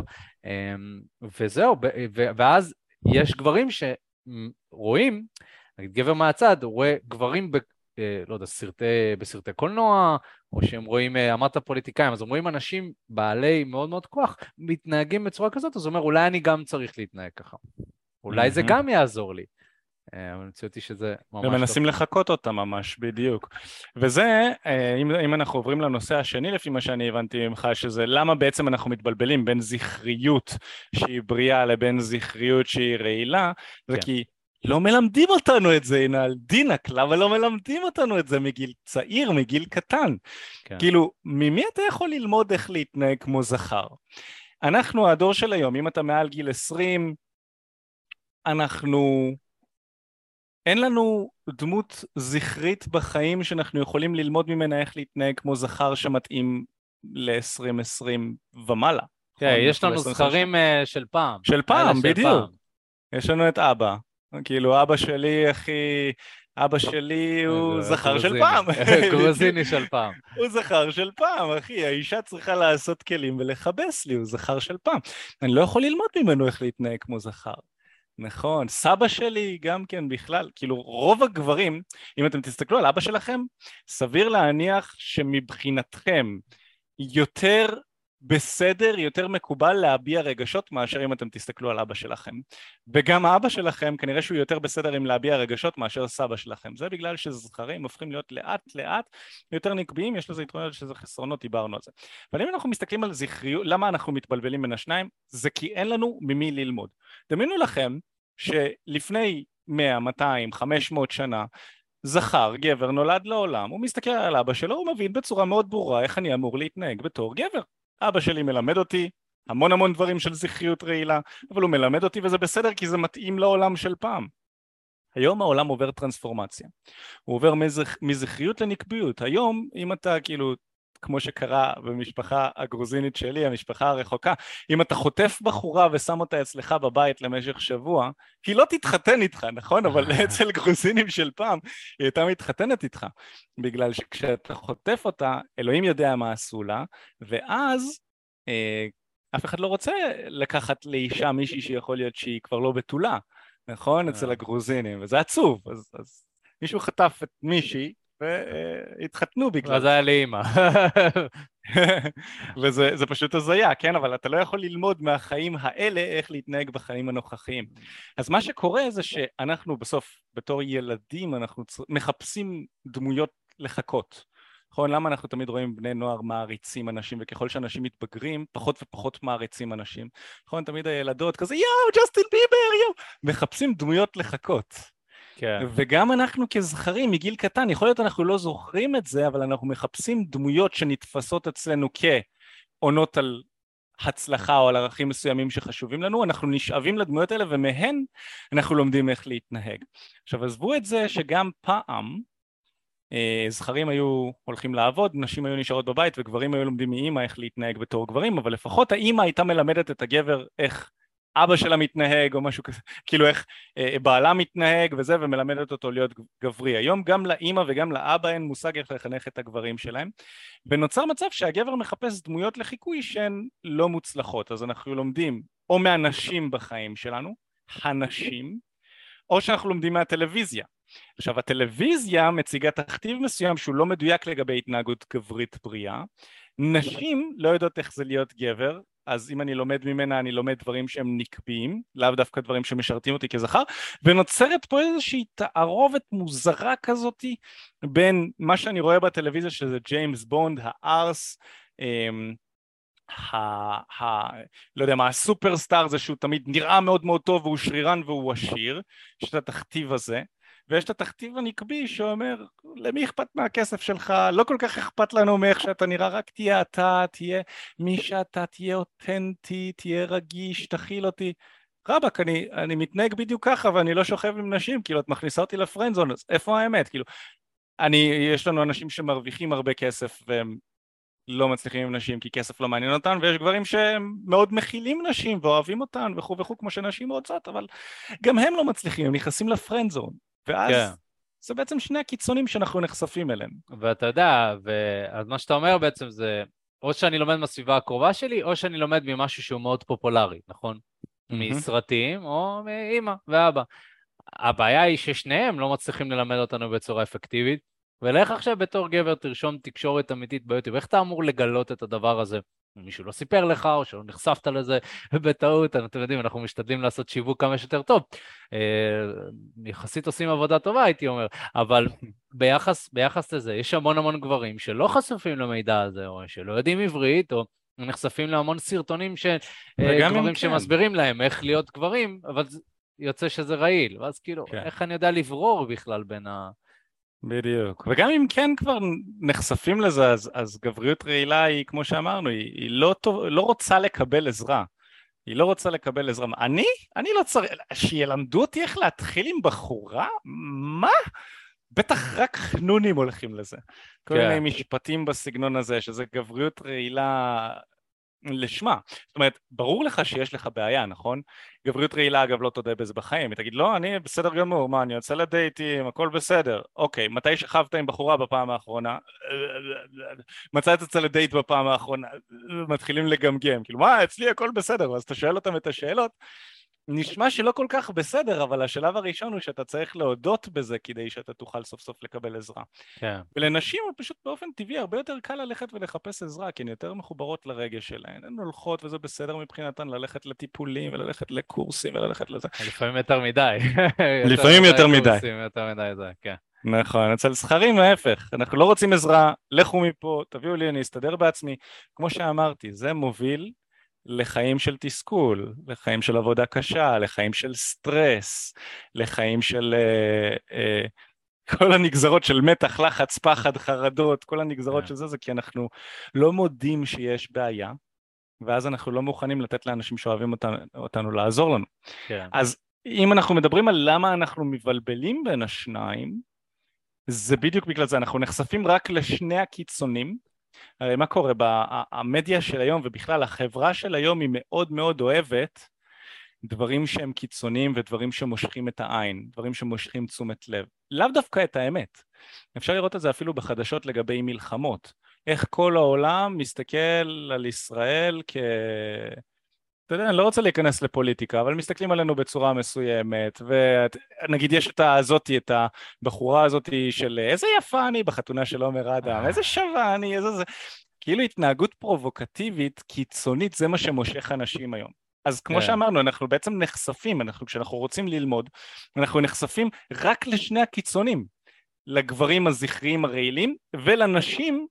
וזהו, ואז יש גברים ש... רואים, נגיד גבר מהצד, הוא רואה גברים ב, לא יודע, סרטי, בסרטי קולנוע, או שהם רואים, אמרת פוליטיקאים, אז הם רואים אנשים בעלי מאוד מאוד כוח, מתנהגים בצורה כזאת, אז הוא אומר, אולי אני גם צריך להתנהג ככה. אולי זה גם יעזור לי. אבל אני מציע אותי שזה ממש... ומנסים לחכות אותה ממש, בדיוק. וזה, אם, אם אנחנו עוברים לנושא השני, לפי מה שאני הבנתי ממך, שזה למה בעצם אנחנו מתבלבלים בין זכריות שהיא בריאה לבין זכריות שהיא רעילה, זה כי לא מלמדים אותנו את זה, הנה על דינק, למה לא מלמדים אותנו את זה מגיל צעיר, מגיל קטן? כן. כאילו, ממי אתה יכול ללמוד איך להתנהג כמו זכר? אנחנו, הדור של היום, אם אתה מעל גיל עשרים, אנחנו... אין לנו דמות זכרית בחיים שאנחנו יכולים ללמוד ממנה איך להתנהג כמו זכר שמתאים ל-עשרים עשרים ומעלה. כן, יש לנו זכרים של פעם. של פעם, בדיוק. יש לנו את אבא. כאילו, אבא שלי, אחי, אבא שלי הוא זכר של פעם. גרוזיני של פעם. הוא זכר של פעם, אחי. האישה צריכה לעשות כלים ולחבס לי, הוא זכר של פעם. אני לא יכול ללמוד ממנו איך להתנהג כמו זכר. נכון, סבא שלי גם כן בכלל, כאילו רוב הגברים, אם אתם תסתכלו על אבא שלכם, סביר להניח שמבחינתכם יותר בסדר, יותר מקובל להביע רגשות מאשר אם אתם תסתכלו על אבא שלכם. וגם האבא שלכם כנראה שהוא יותר בסדר עם להביע רגשות מאשר סבא שלכם. זה בגלל שזכרים הופכים להיות לאט לאט יותר נקביים, יש לזה יתרונות שזה חסרונות, דיברנו על זה. אבל אם אנחנו מסתכלים על זכריות, למה אנחנו מתבלבלים בין השניים? זה כי אין לנו ממי ללמוד. דמיינו לכם שלפני מאה, מאתיים, חמש מאות שנה, זכר, גבר, נולד לעולם, הוא מסתכל על אבא שלו, הוא מבין בצורה מאוד ברורה איך אני אמור להתנהג בתור גבר. אבא שלי מלמד אותי המון המון דברים של זכריות רעילה, אבל הוא מלמד אותי וזה בסדר כי זה מתאים לעולם של פעם. היום העולם עובר טרנספורמציה, הוא עובר מזכ... מזכריות לנקביות. היום אם אתה כאילו, כמו שקרה במשפחה הגרוזינית שלי, המשפחה הרחוקה, אם אתה חוטף בחורה ושם אותה אצלך בבית למשך שבוע, היא לא תתחתן איתך, נכון? אבל אצל גרוזינים של פעם, היא הייתה מתחתנת איתך, בגלל שכשאתה חוטף אותה, אלוהים יודע מה עשו לה, ואז אה, אף אחד לא רוצה לקחת לאישה מישהי שיכול להיות שהיא כבר לא בתולה, נכון? אצל הגרוזינים, וזה עצוב, אז, אז מישהו חטף את מישהי, והתחתנו בגלל. זה היה לאמא. וזה פשוט הזיה, כן? אבל אתה לא יכול ללמוד מהחיים האלה איך להתנהג בחיים הנוכחיים. אז מה שקורה זה שאנחנו בסוף, בתור ילדים, אנחנו מחפשים דמויות לחכות. נכון? למה אנחנו תמיד רואים בני נוער מעריצים אנשים, וככל שאנשים מתבגרים, פחות ופחות מעריצים אנשים. נכון? תמיד הילדות כזה, יאו, ג'סטין ביבר, יאו! מחפשים דמויות לחכות. כן. וגם אנחנו כזכרים מגיל קטן, יכול להיות אנחנו לא זוכרים את זה, אבל אנחנו מחפשים דמויות שנתפסות אצלנו כעונות על הצלחה או על ערכים מסוימים שחשובים לנו, אנחנו נשאבים לדמויות האלה ומהן אנחנו לומדים איך להתנהג. עכשיו עזבו את זה שגם פעם זכרים היו הולכים לעבוד, נשים היו נשארות בבית וגברים היו לומדים מאמא איך להתנהג בתור גברים, אבל לפחות האמא הייתה מלמדת את הגבר איך אבא שלה מתנהג או משהו כזה, כאילו איך אה, בעלה מתנהג וזה, ומלמדת אותו להיות גברי. היום גם לאמא וגם לאבא אין מושג איך לחנך את הגברים שלהם, ונוצר מצב שהגבר מחפש דמויות לחיקוי שהן לא מוצלחות, אז אנחנו לומדים או מהנשים בחיים שלנו, הנשים, או שאנחנו לומדים מהטלוויזיה. עכשיו, הטלוויזיה מציגה תכתיב מסוים שהוא לא מדויק לגבי התנהגות גברית בריאה. נשים לא יודעות איך זה להיות גבר, אז אם אני לומד ממנה אני לומד דברים שהם נקביים, לאו דווקא דברים שמשרתים אותי כזכר, ונוצרת פה איזושהי תערובת מוזרה כזאת בין מה שאני רואה בטלוויזיה שזה ג'יימס בונד, הארס, ה... ה... לא יודע מה, הסופרסטאר זה שהוא תמיד נראה מאוד מאוד טוב והוא שרירן והוא עשיר, יש את התכתיב הזה, ויש את התכתיב הנקבי שאומר למי אכפת מהכסף שלך, לא כל כך אכפת לנו מאיך שאתה נראה, רק תהיה אתה, תהיה מי שאתה, תהיה אותנטי, תהיה רגיש, תכיל אותי. רבק, אני, אני מתנהג בדיוק ככה ואני לא שוכב עם נשים, כאילו את מכניסה אותי לפרנדזון, אז איפה האמת? כאילו, אני, יש לנו אנשים שמרוויחים הרבה כסף והם לא מצליחים עם נשים כי כסף לא מעניין אותן, ויש גברים שהם מאוד מכילים נשים ואוהבים אותן וכו' וכו' כמו שנשים רוצות, אבל גם הם לא מצליחים, הם נכנסים לפרנדזון. ואז כן. זה בעצם שני הקיצונים שאנחנו נחשפים אליהם. ואתה יודע, אז מה שאתה אומר בעצם זה, או שאני לומד מהסביבה הקרובה שלי, או שאני לומד ממשהו שהוא מאוד פופולרי, נכון? Mm-hmm. מסרטים, או מאמא ואבא. הבעיה היא ששניהם לא מצליחים ללמד אותנו בצורה אפקטיבית, ולך עכשיו בתור גבר תרשום תקשורת אמיתית ביוטיוב, איך אתה אמור לגלות את הדבר הזה? מישהו לא סיפר לך, או שלא נחשפת לזה בטעות, אתם יודעים, אנחנו משתדלים לעשות שיווק כמה שיותר טוב. יחסית עושים עבודה טובה, הייתי אומר, אבל ביחס, ביחס לזה, יש המון המון גברים שלא חשופים למידע הזה, או שלא יודעים עברית, או נחשפים להמון סרטונים של גברים שמסבירים להם איך להיות גברים, אבל יוצא שזה רעיל, ואז כאילו, איך אני יודע לברור בכלל בין ה... בדיוק, וגם אם כן כבר נחשפים לזה, אז, אז גבריות רעילה היא, כמו שאמרנו, היא, היא לא, טוב, לא רוצה לקבל עזרה, היא לא רוצה לקבל עזרה. אני? אני לא צריך, שילמדו אותי איך להתחיל עם בחורה? מה? בטח רק חנונים הולכים לזה. כל כן. מיני משפטים בסגנון הזה, שזה גבריות רעילה לשמה. זאת אומרת, ברור לך שיש לך בעיה, נכון? גבריות רעילה, אגב, לא תודה בזה בחיים. היא תגיד, לא, אני בסדר גמור, מה, אני יוצא לדייטים, הכל בסדר. אוקיי, מתי שכבת עם בחורה בפעם האחרונה? מצא את זה לדייט בפעם האחרונה? מתחילים לגמגם. כאילו, מה, אצלי הכל בסדר. אז אתה שואל אותם את השאלות. נשמע שלא כל כך בסדר, אבל השלב הראשון הוא שאתה צריך להודות בזה כדי שאתה תוכל סוף סוף לקבל עזרה. כן. ולנשים פשוט באופן טבעי הרבה יותר קל ללכת ולחפש עזרה, כי הן יותר מחוברות לרגש שלהן. הן הולכות וזה בסדר מבחינתן ללכת לטיפולים וללכת לקורסים וללכת לזה. לפעמים יותר מדי. לפעמים יותר מדי. קורסים, יותר מדי זה, כן. נכון, אצל זכרים ההפך, אנחנו לא רוצים עזרה, לכו מפה, תביאו לי, אני אסתדר בעצמי. כמו שאמרתי, זה מוביל לחיים של תסכול, לחיים של עבודה קשה, לחיים של סטרס, לחיים של אה, אה, כל הנגזרות של מתח, לחץ, פחד, חרדות, כל הנגזרות yeah. של זה, זה כי אנחנו לא מודים שיש בעיה, ואז אנחנו לא מוכנים לתת לאנשים שאוהבים אותנו, אותנו לעזור לנו. Yeah. אז אם אנחנו מדברים על למה אנחנו מבלבלים בין השניים, זה בדיוק בגלל זה, אנחנו נחשפים רק לשני הקיצונים. הרי מה קורה? במדיה של היום ובכלל החברה של היום היא מאוד מאוד אוהבת דברים שהם קיצוניים ודברים שמושכים את העין, דברים שמושכים תשומת לב. לאו דווקא את האמת. אפשר לראות את זה אפילו בחדשות לגבי מלחמות. איך כל העולם מסתכל על ישראל כ... אתה יודע, אני לא רוצה להיכנס לפוליטיקה, אבל מסתכלים עלינו בצורה מסוימת, ונגיד יש את הזאתי, את הבחורה הזאתי של איזה יפה אני בחתונה של עומר אדם, איזה שווה אני, איזה זה, כאילו התנהגות פרובוקטיבית, קיצונית, זה מה שמושך אנשים היום. אז כמו שאמרנו, אנחנו בעצם נחשפים, אנחנו, כשאנחנו רוצים ללמוד, אנחנו נחשפים רק לשני הקיצונים, לגברים הזכריים הרעילים, ולנשים,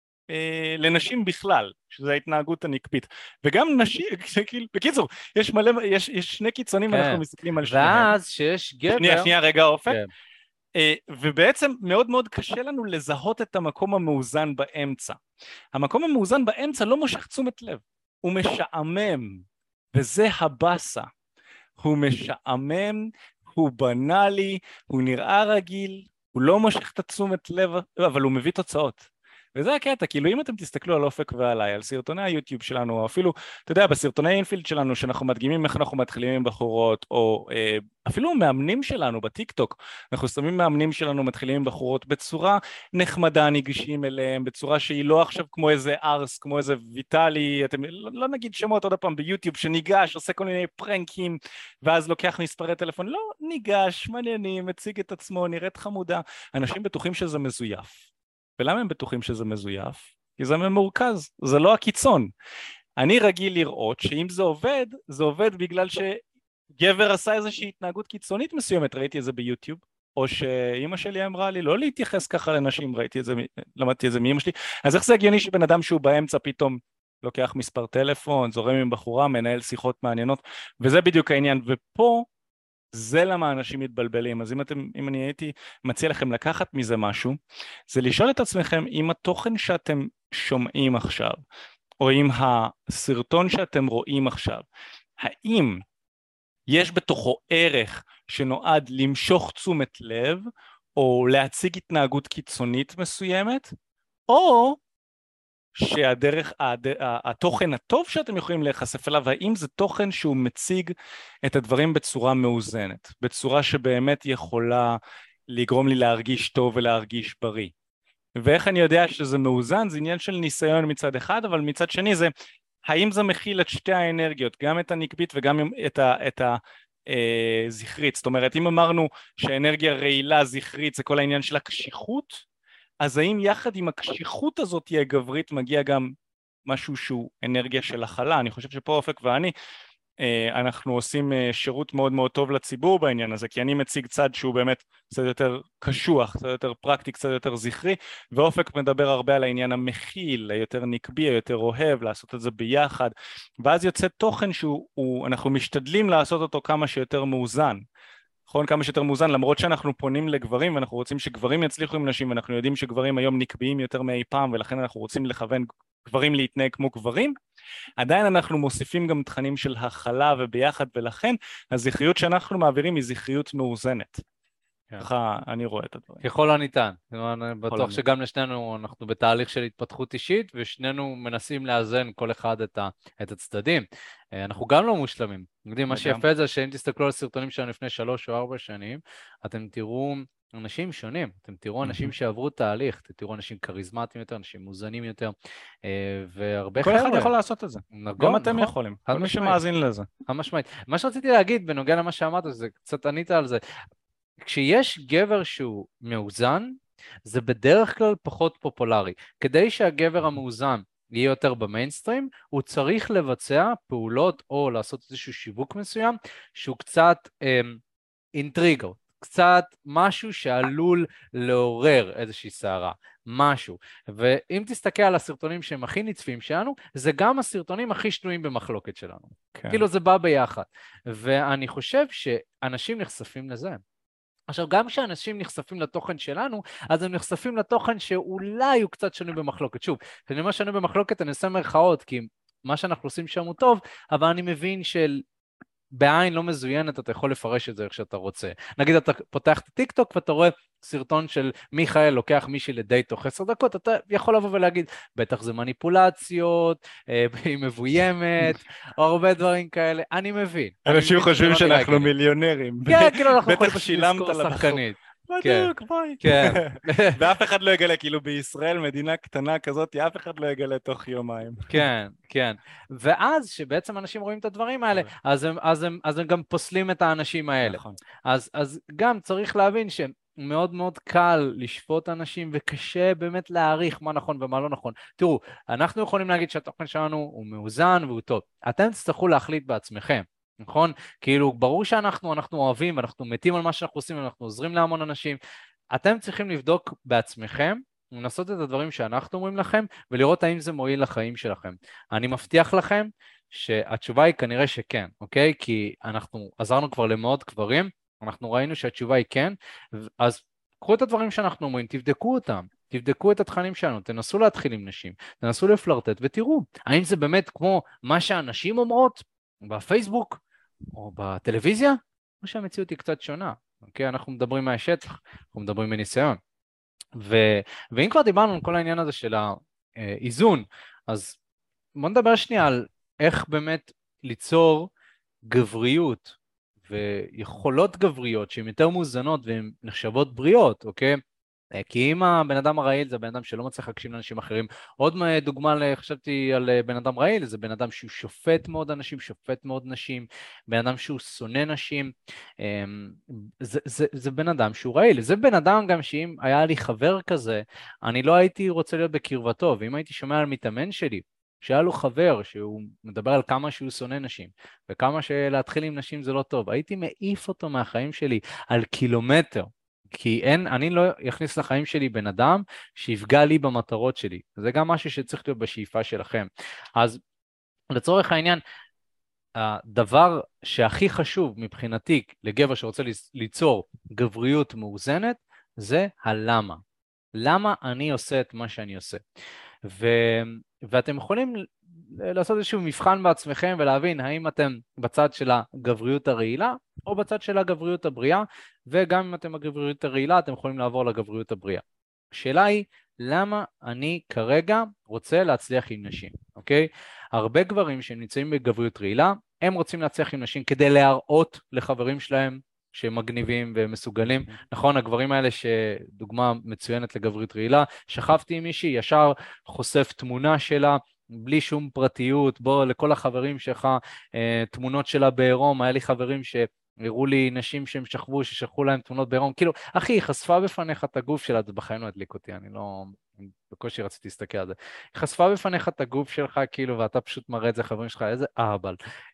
לנשים בכלל, שזה ההתנהגות הנקבית, וגם נשים, בקיצור, יש מלא, יש, יש שני קיצונים, כן. אנחנו מסתכלים על שניהם. ואז שיש גבר... שנייה, שנייה, רגע, אופק. כן. ובעצם מאוד מאוד קשה לנו לזהות את המקום המאוזן באמצע. המקום המאוזן באמצע לא מושך תשומת לב, הוא משעמם, וזה הבאסה. הוא משעמם, הוא בנאלי, הוא נראה רגיל, הוא לא מושך את תשומת לב, אבל הוא מביא תוצאות. וזה הקטע, כאילו אם אתם תסתכלו על אופק ועליי, על סרטוני היוטיוב שלנו, או אפילו, אתה יודע, בסרטוני אינפילד שלנו, שאנחנו מדגימים איך אנחנו מתחילים עם בחורות, או אה, אפילו מאמנים שלנו בטיק טוק, אנחנו שמים מאמנים שלנו מתחילים עם בחורות בצורה נחמדה, ניגשים אליהם, בצורה שהיא לא עכשיו כמו איזה ארס, כמו איזה ויטלי, אתם לא, לא נגיד שמות עוד פעם ביוטיוב, שניגש, עושה כל מיני פרנקים, ואז לוקח מספרי טלפון, לא, ניגש, מעניינים, מציג את עצמו, נראית חמודה, אנשים בטוחים שזה מזויף. ולמה הם בטוחים שזה מזויף? כי זה ממורכז, זה לא הקיצון. אני רגיל לראות שאם זה עובד, זה עובד בגלל שגבר עשה איזושהי התנהגות קיצונית מסוימת, ראיתי את זה ביוטיוב, או שאמא שלי אמרה לי לא להתייחס ככה לנשים, ראיתי את זה, למדתי את זה מאמא שלי, אז איך זה הגיוני שבן אדם שהוא באמצע פתאום לוקח מספר טלפון, זורם עם בחורה, מנהל שיחות מעניינות, וזה בדיוק העניין, ופה זה למה אנשים מתבלבלים. אז אם אתם, אם אני הייתי מציע לכם לקחת מזה משהו, זה לשאול את עצמכם אם התוכן שאתם שומעים עכשיו, או אם הסרטון שאתם רואים עכשיו, האם יש בתוכו ערך שנועד למשוך תשומת לב, או להציג התנהגות קיצונית מסוימת, או שהדרך, התוכן הטוב שאתם יכולים להיחשף אליו, האם זה תוכן שהוא מציג את הדברים בצורה מאוזנת, בצורה שבאמת יכולה לגרום לי להרגיש טוב ולהרגיש בריא. ואיך אני יודע שזה מאוזן? זה עניין של ניסיון מצד אחד, אבל מצד שני זה, האם זה מכיל את שתי האנרגיות, גם את הנקבית וגם את ה... את ה זכרית, זאת אומרת אם אמרנו שאנרגיה רעילה זכרית זה כל העניין של הקשיחות, אז האם יחד עם הקשיחות הזאת תהיה גברית מגיע גם משהו שהוא אנרגיה של הכלה? אני חושב שפה אופק ואני אנחנו עושים שירות מאוד מאוד טוב לציבור בעניין הזה, כי אני מציג צד שהוא באמת קצת יותר קשוח, קצת יותר פרקטי, קצת יותר זכרי, ואופק מדבר הרבה על העניין המכיל, היותר נקבי, היותר אוהב, לעשות את זה ביחד, ואז יוצא תוכן שאנחנו משתדלים לעשות אותו כמה שיותר מאוזן, נכון? כמה שיותר מאוזן, למרות שאנחנו פונים לגברים ואנחנו רוצים שגברים יצליחו עם נשים, ואנחנו יודעים שגברים היום נקביים יותר מאי פעם, ולכן אנחנו רוצים לכוון גברים להתנהג כמו גברים, עדיין אנחנו מוסיפים גם תכנים של הכלה וביחד, ולכן הזכריות שאנחנו מעבירים היא זכריות מאוזנת. ככה אני רואה את הדברים. ככל הניתן. אני בטוח שגם לשנינו אנחנו בתהליך של התפתחות אישית, ושנינו מנסים לאזן כל אחד את, ה, את הצדדים. אנחנו גם לא מושלמים. יודעים, מה שיפה זה שאם תסתכלו על סרטונים שלנו לפני שלוש או ארבע שנים, אתם תראו אנשים שונים, אתם תראו אנשים שעברו תהליך, אתם תראו אנשים כריזמטיים יותר, אנשים מוזנים יותר, והרבה חבר'ה. כל אחד יכול לעשות את זה. גם אתם יכולים. כל מי שמאזין לזה. המשמעית. מה שרציתי להגיד בנוגע למה שאמרת, זה קצת ענית על זה. כשיש גבר שהוא מאוזן, זה בדרך כלל פחות פופולרי. כדי שהגבר המאוזן יהיה יותר במיינסטרים, הוא צריך לבצע פעולות או לעשות איזשהו שיווק מסוים, שהוא קצת אה, אינטריגה, קצת משהו שעלול לעורר איזושהי שערה, משהו. ואם תסתכל על הסרטונים שהם הכי נצפים שלנו, זה גם הסרטונים הכי שנויים במחלוקת שלנו. כן. כאילו זה בא ביחד. ואני חושב שאנשים נחשפים לזה. עכשיו, גם כשאנשים נחשפים לתוכן שלנו, אז הם נחשפים לתוכן שאולי הוא קצת שנוי במחלוקת. שוב, כשאני אומר שנוי במחלוקת, אני עושה מרכאות, כי מה שאנחנו עושים שם הוא טוב, אבל אני מבין של... בעין לא מזוינת, אתה יכול לפרש את זה איך שאתה רוצה. נגיד, אתה פותח את הטיק טוק ואתה רואה סרטון של מיכאל לוקח מישהי לדייט תוך עשר דקות, אתה יכול לבוא ולהגיד, בטח זה מניפולציות, היא מבוימת, או הרבה דברים כאלה, אני מבין. אנשים חושבים שאנחנו מיליונרים. כן, כאילו אנחנו יכולים בטח שילמת שחקנית. בדיוק, ביי. כן. ואף אחד לא יגלה, כאילו בישראל, מדינה קטנה כזאת, אף אחד לא יגלה תוך יומיים. כן, כן. ואז שבעצם אנשים רואים את הדברים האלה, אז הם, אז הם, אז הם גם פוסלים את האנשים האלה. אז, אז גם צריך להבין שמאוד מאוד קל לשפוט אנשים, וקשה באמת להעריך מה נכון ומה לא נכון. תראו, אנחנו יכולים להגיד שהתוכן שלנו הוא מאוזן והוא טוב. אתם תצטרכו להחליט בעצמכם. נכון? כאילו, ברור שאנחנו אנחנו אוהבים, אנחנו מתים על מה שאנחנו עושים, אנחנו עוזרים להמון אנשים. אתם צריכים לבדוק בעצמכם, לנסות את הדברים שאנחנו אומרים לכם, ולראות האם זה מועיל לחיים שלכם. אני מבטיח לכם שהתשובה היא כנראה שכן, אוקיי? כי אנחנו עזרנו כבר למאות גברים, אנחנו ראינו שהתשובה היא כן, אז קחו את הדברים שאנחנו אומרים, תבדקו אותם. תבדקו את התכנים שלנו, תנסו להתחיל עם נשים, תנסו לפלרטט ותראו, האם זה באמת כמו מה שהנשים אומרות בפייסבוק, או בטלוויזיה, או שהמציאות היא קצת שונה. אוקיי? אנחנו מדברים מהשטח, אנחנו מדברים מניסיון. ו, ואם כבר דיברנו על כל העניין הזה של האיזון, אז בוא נדבר שנייה על איך באמת ליצור גבריות ויכולות גבריות שהן יותר מאוזנות והן נחשבות בריאות, אוקיי? כי אם הבן אדם הרעיל זה בן אדם שלא מצליח להקשיב לאנשים אחרים. עוד דוגמה, חשבתי על בן אדם רעיל, זה בן אדם שהוא שופט מאוד אנשים, שופט מאוד נשים, בן אדם שהוא שונא נשים, זה, זה, זה בן אדם שהוא רעיל. זה בן אדם גם שאם היה לי חבר כזה, אני לא הייתי רוצה להיות בקרבתו, ואם הייתי שומע על מתאמן שלי, שהיה לו חבר שהוא מדבר על כמה שהוא שונא נשים, וכמה שלהתחיל עם נשים זה לא טוב, הייתי מעיף אותו מהחיים שלי על קילומטר. כי אין, אני לא יכניס לחיים שלי בן אדם שיפגע לי במטרות שלי. זה גם משהו שצריך להיות בשאיפה שלכם. אז לצורך העניין, הדבר שהכי חשוב מבחינתי לגבר שרוצה ליצור גבריות מאוזנת, זה הלמה. למה אני עושה את מה שאני עושה. ו... ואתם יכולים לעשות איזשהו מבחן בעצמכם ולהבין האם אתם בצד של הגבריות הרעילה או בצד של הגבריות הבריאה, וגם אם אתם בגבריות הרעילה אתם יכולים לעבור לגבריות הבריאה. השאלה היא, למה אני כרגע רוצה להצליח עם נשים, אוקיי? הרבה גברים שנמצאים בגבריות רעילה, הם רוצים להצליח עם נשים כדי להראות לחברים שלהם שהם מגניבים ומסוגלים. נכון, הגברים האלה שדוגמה מצוינת לגבריות רעילה, שכבתי עם מישהי, ישר חושף תמונה שלה, בלי שום פרטיות, בוא לכל החברים שלך, תמונות שלה בעירום, היה לי חברים שהראו לי נשים שהם שכבו, ששכחו להם תמונות בעירום, כאילו, אחי, היא חשפה בפניך את הגוף שלה, זה בחיים לא הדליק אותי, אני לא, בקושי רציתי להסתכל על זה, היא חשפה בפניך את הגוף שלך, כאילו, ואתה פשוט מראה את זה לחברים שלך, איזה אהבל.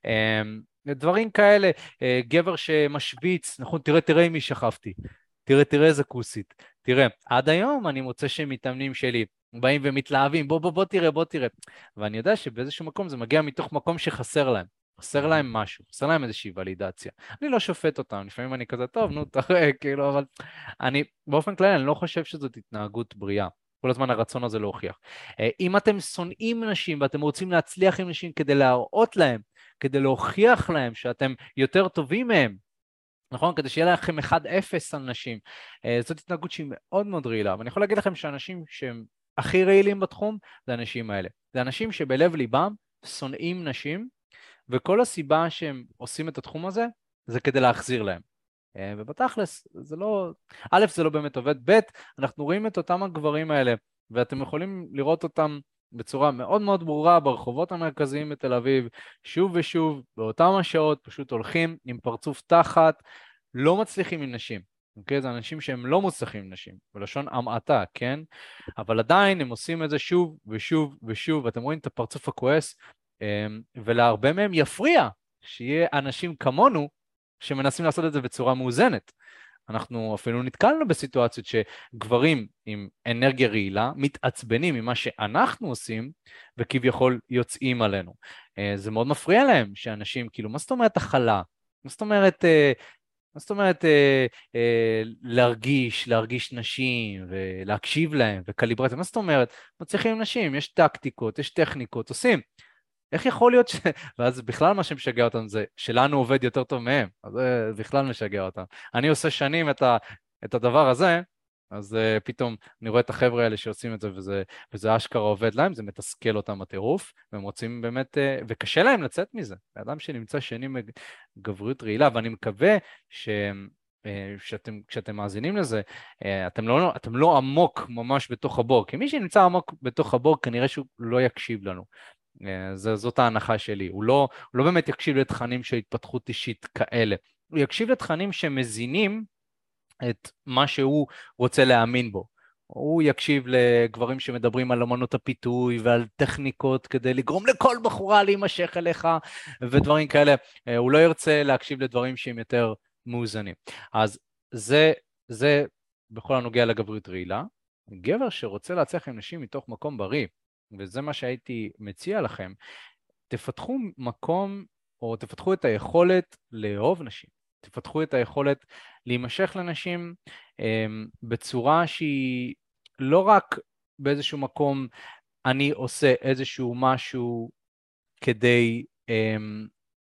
דברים כאלה, גבר שמשביץ, נכון, תראה, תראה עם מי שכבתי, תראה, תראה איזה כוסית, תראה, עד היום אני מוצא שהם מתאמנים שלי, באים ומתלהבים, בוא, בוא, בוא תראה, בוא תראה. ואני יודע שבאיזשהו מקום זה מגיע מתוך מקום שחסר להם. חסר להם משהו, חסר להם איזושהי ולידציה. אני לא שופט אותם, לפעמים אני כזה, טוב, נו, תראה, כאילו, אבל אני, באופן כללי, אני לא חושב שזאת התנהגות בריאה. כל הזמן הרצון הזה להוכיח. אם אתם שונאים נשים ואתם רוצים להצליח עם נשים כדי להראות להם, כדי להוכיח להם שאתם יותר טובים מהם, נכון? כדי שיהיה לכם אחד אפס על נשים. זאת התנהגות שהיא מאוד מאוד רעילה, ואני יכול להגיד לכם שאנשים שהם הכי רעילים בתחום, זה האנשים האלה. זה אנשים שבלב ליבם שונאים נשים, וכל הסיבה שהם עושים את התחום הזה, זה כדי להחזיר להם. ובתכלס, זה לא, א', זה לא באמת עובד, ב', אנחנו רואים את אותם הגברים האלה, ואתם יכולים לראות אותם בצורה מאוד מאוד ברורה ברחובות המרכזיים בתל אביב, שוב ושוב, באותם השעות, פשוט הולכים עם פרצוף תחת, לא מצליחים עם נשים. אוקיי? זה אנשים שהם לא מוצלחים עם נשים, בלשון המעטה, כן? אבל עדיין הם עושים את זה שוב ושוב ושוב, ואתם רואים את הפרצוף הכועס, ולהרבה מהם יפריע שיהיה אנשים כמונו שמנסים לעשות את זה בצורה מאוזנת. אנחנו אפילו נתקלנו בסיטואציות שגברים עם אנרגיה רעילה מתעצבנים ממה שאנחנו עושים וכביכול יוצאים עלינו. זה מאוד מפריע להם שאנשים, כאילו, מה זאת אומרת הכלה? מה זאת אומרת... מה זאת אומרת אה, אה, להרגיש, להרגיש נשים ולהקשיב להם וקליברציה? מה זאת אומרת? מצליחים נשים, יש טקטיקות, יש טכניקות, עושים. איך יכול להיות ש... ואז בכלל מה שמשגע אותם זה שלנו עובד יותר טוב מהם, אז זה בכלל משגע אותם. אני עושה שנים את, ה... את הדבר הזה, אז uh, פתאום אני רואה את החבר'ה האלה שעושים את זה, וזה, וזה אשכרה עובד להם, זה מתסכל אותם בטירוף, והם רוצים באמת, uh, וקשה להם לצאת מזה. האדם שנמצא שנים בגבריות רעילה, ואני מקווה ש... שאתם, כשאתם מאזינים לזה, אתם לא, אתם לא עמוק ממש בתוך הבור, כי מי שנמצא עמוק בתוך הבור כנראה שהוא לא יקשיב לנו. זאת ההנחה שלי, הוא לא, הוא לא באמת יקשיב לתכנים של התפתחות אישית כאלה, הוא יקשיב לתכנים שמזינים את מה שהוא רוצה להאמין בו. הוא יקשיב לגברים שמדברים על אמנות הפיתוי ועל טכניקות כדי לגרום לכל בחורה להימשך אליך ודברים כאלה, הוא לא ירצה להקשיב לדברים שהם יותר מאוזנים. אז זה, זה בכל הנוגע לגבריות רעילה. גבר שרוצה להצליח עם נשים מתוך מקום בריא, וזה מה שהייתי מציע לכם, תפתחו מקום או תפתחו את היכולת לאהוב נשים, תפתחו את היכולת להימשך לנשים בצורה שהיא לא רק באיזשהו מקום אני עושה איזשהו משהו כדי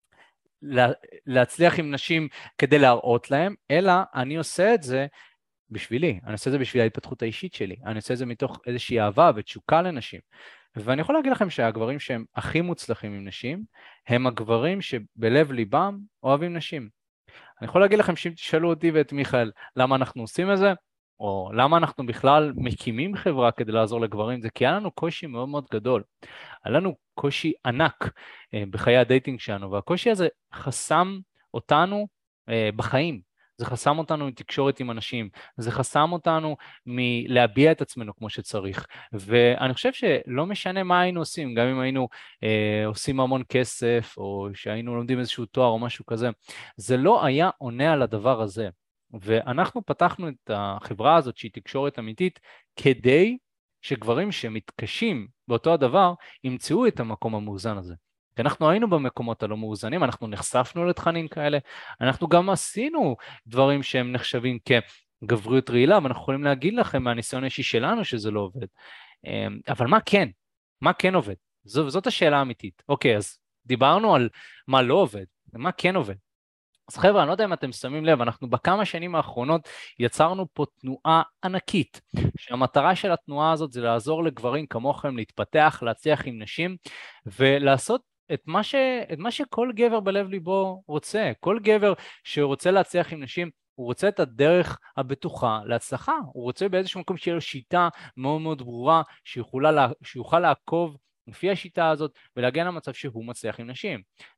להצליח עם נשים כדי להראות להם, אלא אני עושה את זה בשבילי, אני עושה את זה בשביל ההתפתחות האישית שלי, אני עושה את זה מתוך איזושהי אהבה ותשוקה לנשים. ואני יכול להגיד לכם שהגברים שהם הכי מוצלחים עם נשים, הם הגברים שבלב ליבם אוהבים נשים. אני יכול להגיד לכם שאם תשאלו אותי ואת מיכאל למה אנחנו עושים את זה, או למה אנחנו בכלל מקימים חברה כדי לעזור לגברים, זה כי היה לנו קושי מאוד מאוד גדול. היה לנו קושי ענק בחיי הדייטינג שלנו, והקושי הזה חסם אותנו בחיים. זה חסם אותנו מתקשורת עם אנשים, זה חסם אותנו מלהביע את עצמנו כמו שצריך, ואני חושב שלא משנה מה היינו עושים, גם אם היינו אה, עושים המון כסף, או שהיינו לומדים איזשהו תואר או משהו כזה, זה לא היה עונה על הדבר הזה, ואנחנו פתחנו את החברה הזאת שהיא תקשורת אמיתית, כדי שגברים שמתקשים באותו הדבר, ימצאו את המקום המאוזן הזה. כי אנחנו היינו במקומות הלא מאוזנים, אנחנו נחשפנו לתכנים כאלה, אנחנו גם עשינו דברים שהם נחשבים כגבריות רעילה, ואנחנו יכולים להגיד לכם מהניסיון האישי שלנו שזה לא עובד. אבל מה כן? מה כן עובד? זו, זאת השאלה האמיתית. אוקיי, אז דיברנו על מה לא עובד, ומה כן עובד. אז חבר'ה, אני לא יודע אם אתם שמים לב, אנחנו בכמה שנים האחרונות יצרנו פה תנועה ענקית, שהמטרה של התנועה הזאת זה לעזור לגברים כמוכם להתפתח, להצליח עם נשים, ולעשות את מה, ש... את מה שכל גבר בלב ליבו רוצה. כל גבר שרוצה להצליח עם נשים, הוא רוצה את הדרך הבטוחה להצלחה, הוא רוצה באיזשהו מקום שיהיה לו שיטה מאוד מאוד ברורה, שיוכלה לה... שיוכל לעקוב לפי השיטה הזאת ולהגן למצב שהוא מצליח עם נשים,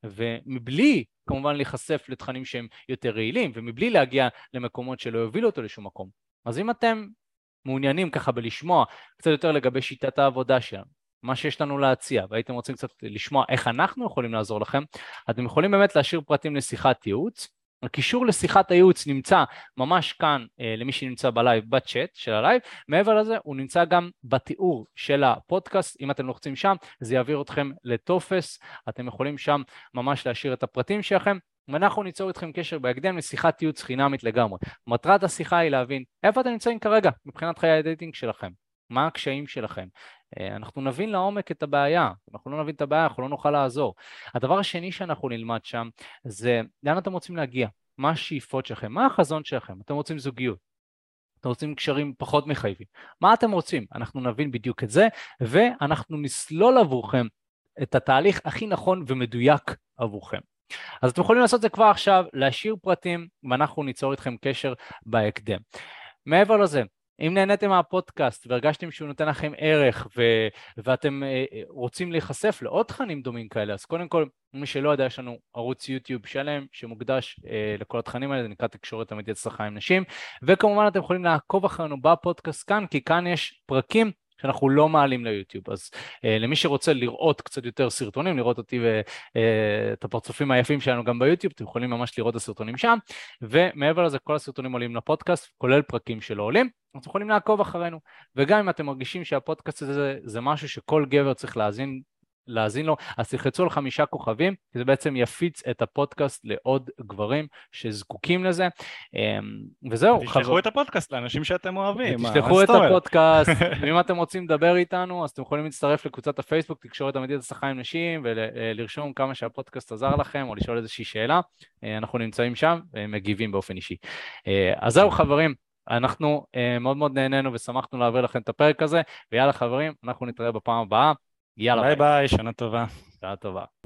ומבלי כמובן להיחשף לתכנים שהם יותר רעילים, ומבלי להגיע למקומות שלא יובילו אותו לשום מקום. אז אם אתם מעוניינים ככה בלשמוע קצת יותר לגבי שיטת העבודה שלנו, מה שיש לנו להציע, והייתם רוצים קצת לשמוע איך אנחנו יכולים לעזור לכם, אתם יכולים באמת להשאיר פרטים לשיחת ייעוץ. הקישור לשיחת הייעוץ נמצא ממש כאן אה, למי שנמצא בלייב, בצ'אט של הלייב. מעבר לזה הוא נמצא גם בתיאור של הפודקאסט, אם אתם לוחצים שם זה יעביר אתכם לטופס, אתם יכולים שם ממש להשאיר את הפרטים שלכם, ואנחנו ניצור איתכם קשר בהקדם לשיחת ייעוץ חינמית לגמרי. מטרת השיחה היא להבין איפה אתם נמצאים כרגע מבחינת חיי הדייטינג שלכם, מה הקשיים שלכם. אנחנו נבין לעומק את הבעיה, אנחנו לא נבין את הבעיה, אנחנו לא נוכל לעזור. הדבר השני שאנחנו נלמד שם זה לאן אתם רוצים להגיע, מה השאיפות שלכם, מה החזון שלכם, אתם רוצים זוגיות, אתם רוצים קשרים פחות מחייבים, מה אתם רוצים, אנחנו נבין בדיוק את זה, ואנחנו נסלול עבורכם את התהליך הכי נכון ומדויק עבורכם. אז אתם יכולים לעשות זה כבר עכשיו, להשאיר פרטים, ואנחנו ניצור איתכם קשר בהקדם. מעבר לזה, אם נהניתם מהפודקאסט והרגשתם שהוא נותן לכם ערך ו- ואתם uh, רוצים להיחשף לעוד תכנים דומים כאלה, אז קודם כל, מי שלא יודע, יש לנו ערוץ יוטיוב שלם שמוקדש uh, לכל התכנים האלה, זה נקרא תקשורת אמיתית הצלחה עם נשים, וכמובן אתם יכולים לעקוב אחרינו בפודקאסט כאן, כי כאן יש פרקים שאנחנו לא מעלים ליוטיוב, אז uh, למי שרוצה לראות קצת יותר סרטונים, לראות אותי ואת uh, הפרצופים היפים שלנו גם ביוטיוב, אתם יכולים ממש לראות את הסרטונים שם, ומעבר לזה כל הסרטונים עולים לפודקאסט, כולל פרקים שלא עולים, אתם יכולים לעקוב אחרינו, וגם אם אתם מרגישים שהפודקאסט הזה זה משהו שכל גבר צריך להאזין, להאזין לו, אז תלחצו על חמישה כוכבים, כי זה בעצם יפיץ את הפודקאסט לעוד גברים שזקוקים לזה, וזהו. תשלחו חבר... את הפודקאסט לאנשים שאתם אוהבים. תשלחו את הפודקאסט, ואם אתם רוצים לדבר איתנו, אז אתם יכולים להצטרף לקבוצת הפייסבוק, תקשורת אמיתית הצלחה עם נשים, ולרשום כמה שהפודקאסט עזר לכם, או לשאול איזושהי שאלה, אנחנו נמצאים שם, ומגיבים באופן אישי. אז זהו חברים. אנחנו uh, מאוד מאוד נהנינו ושמחנו להעביר לכם את הפרק הזה, ויאללה חברים, אנחנו נתראה בפעם הבאה, יאללה ביי ביי, שנה טובה. שנה טובה.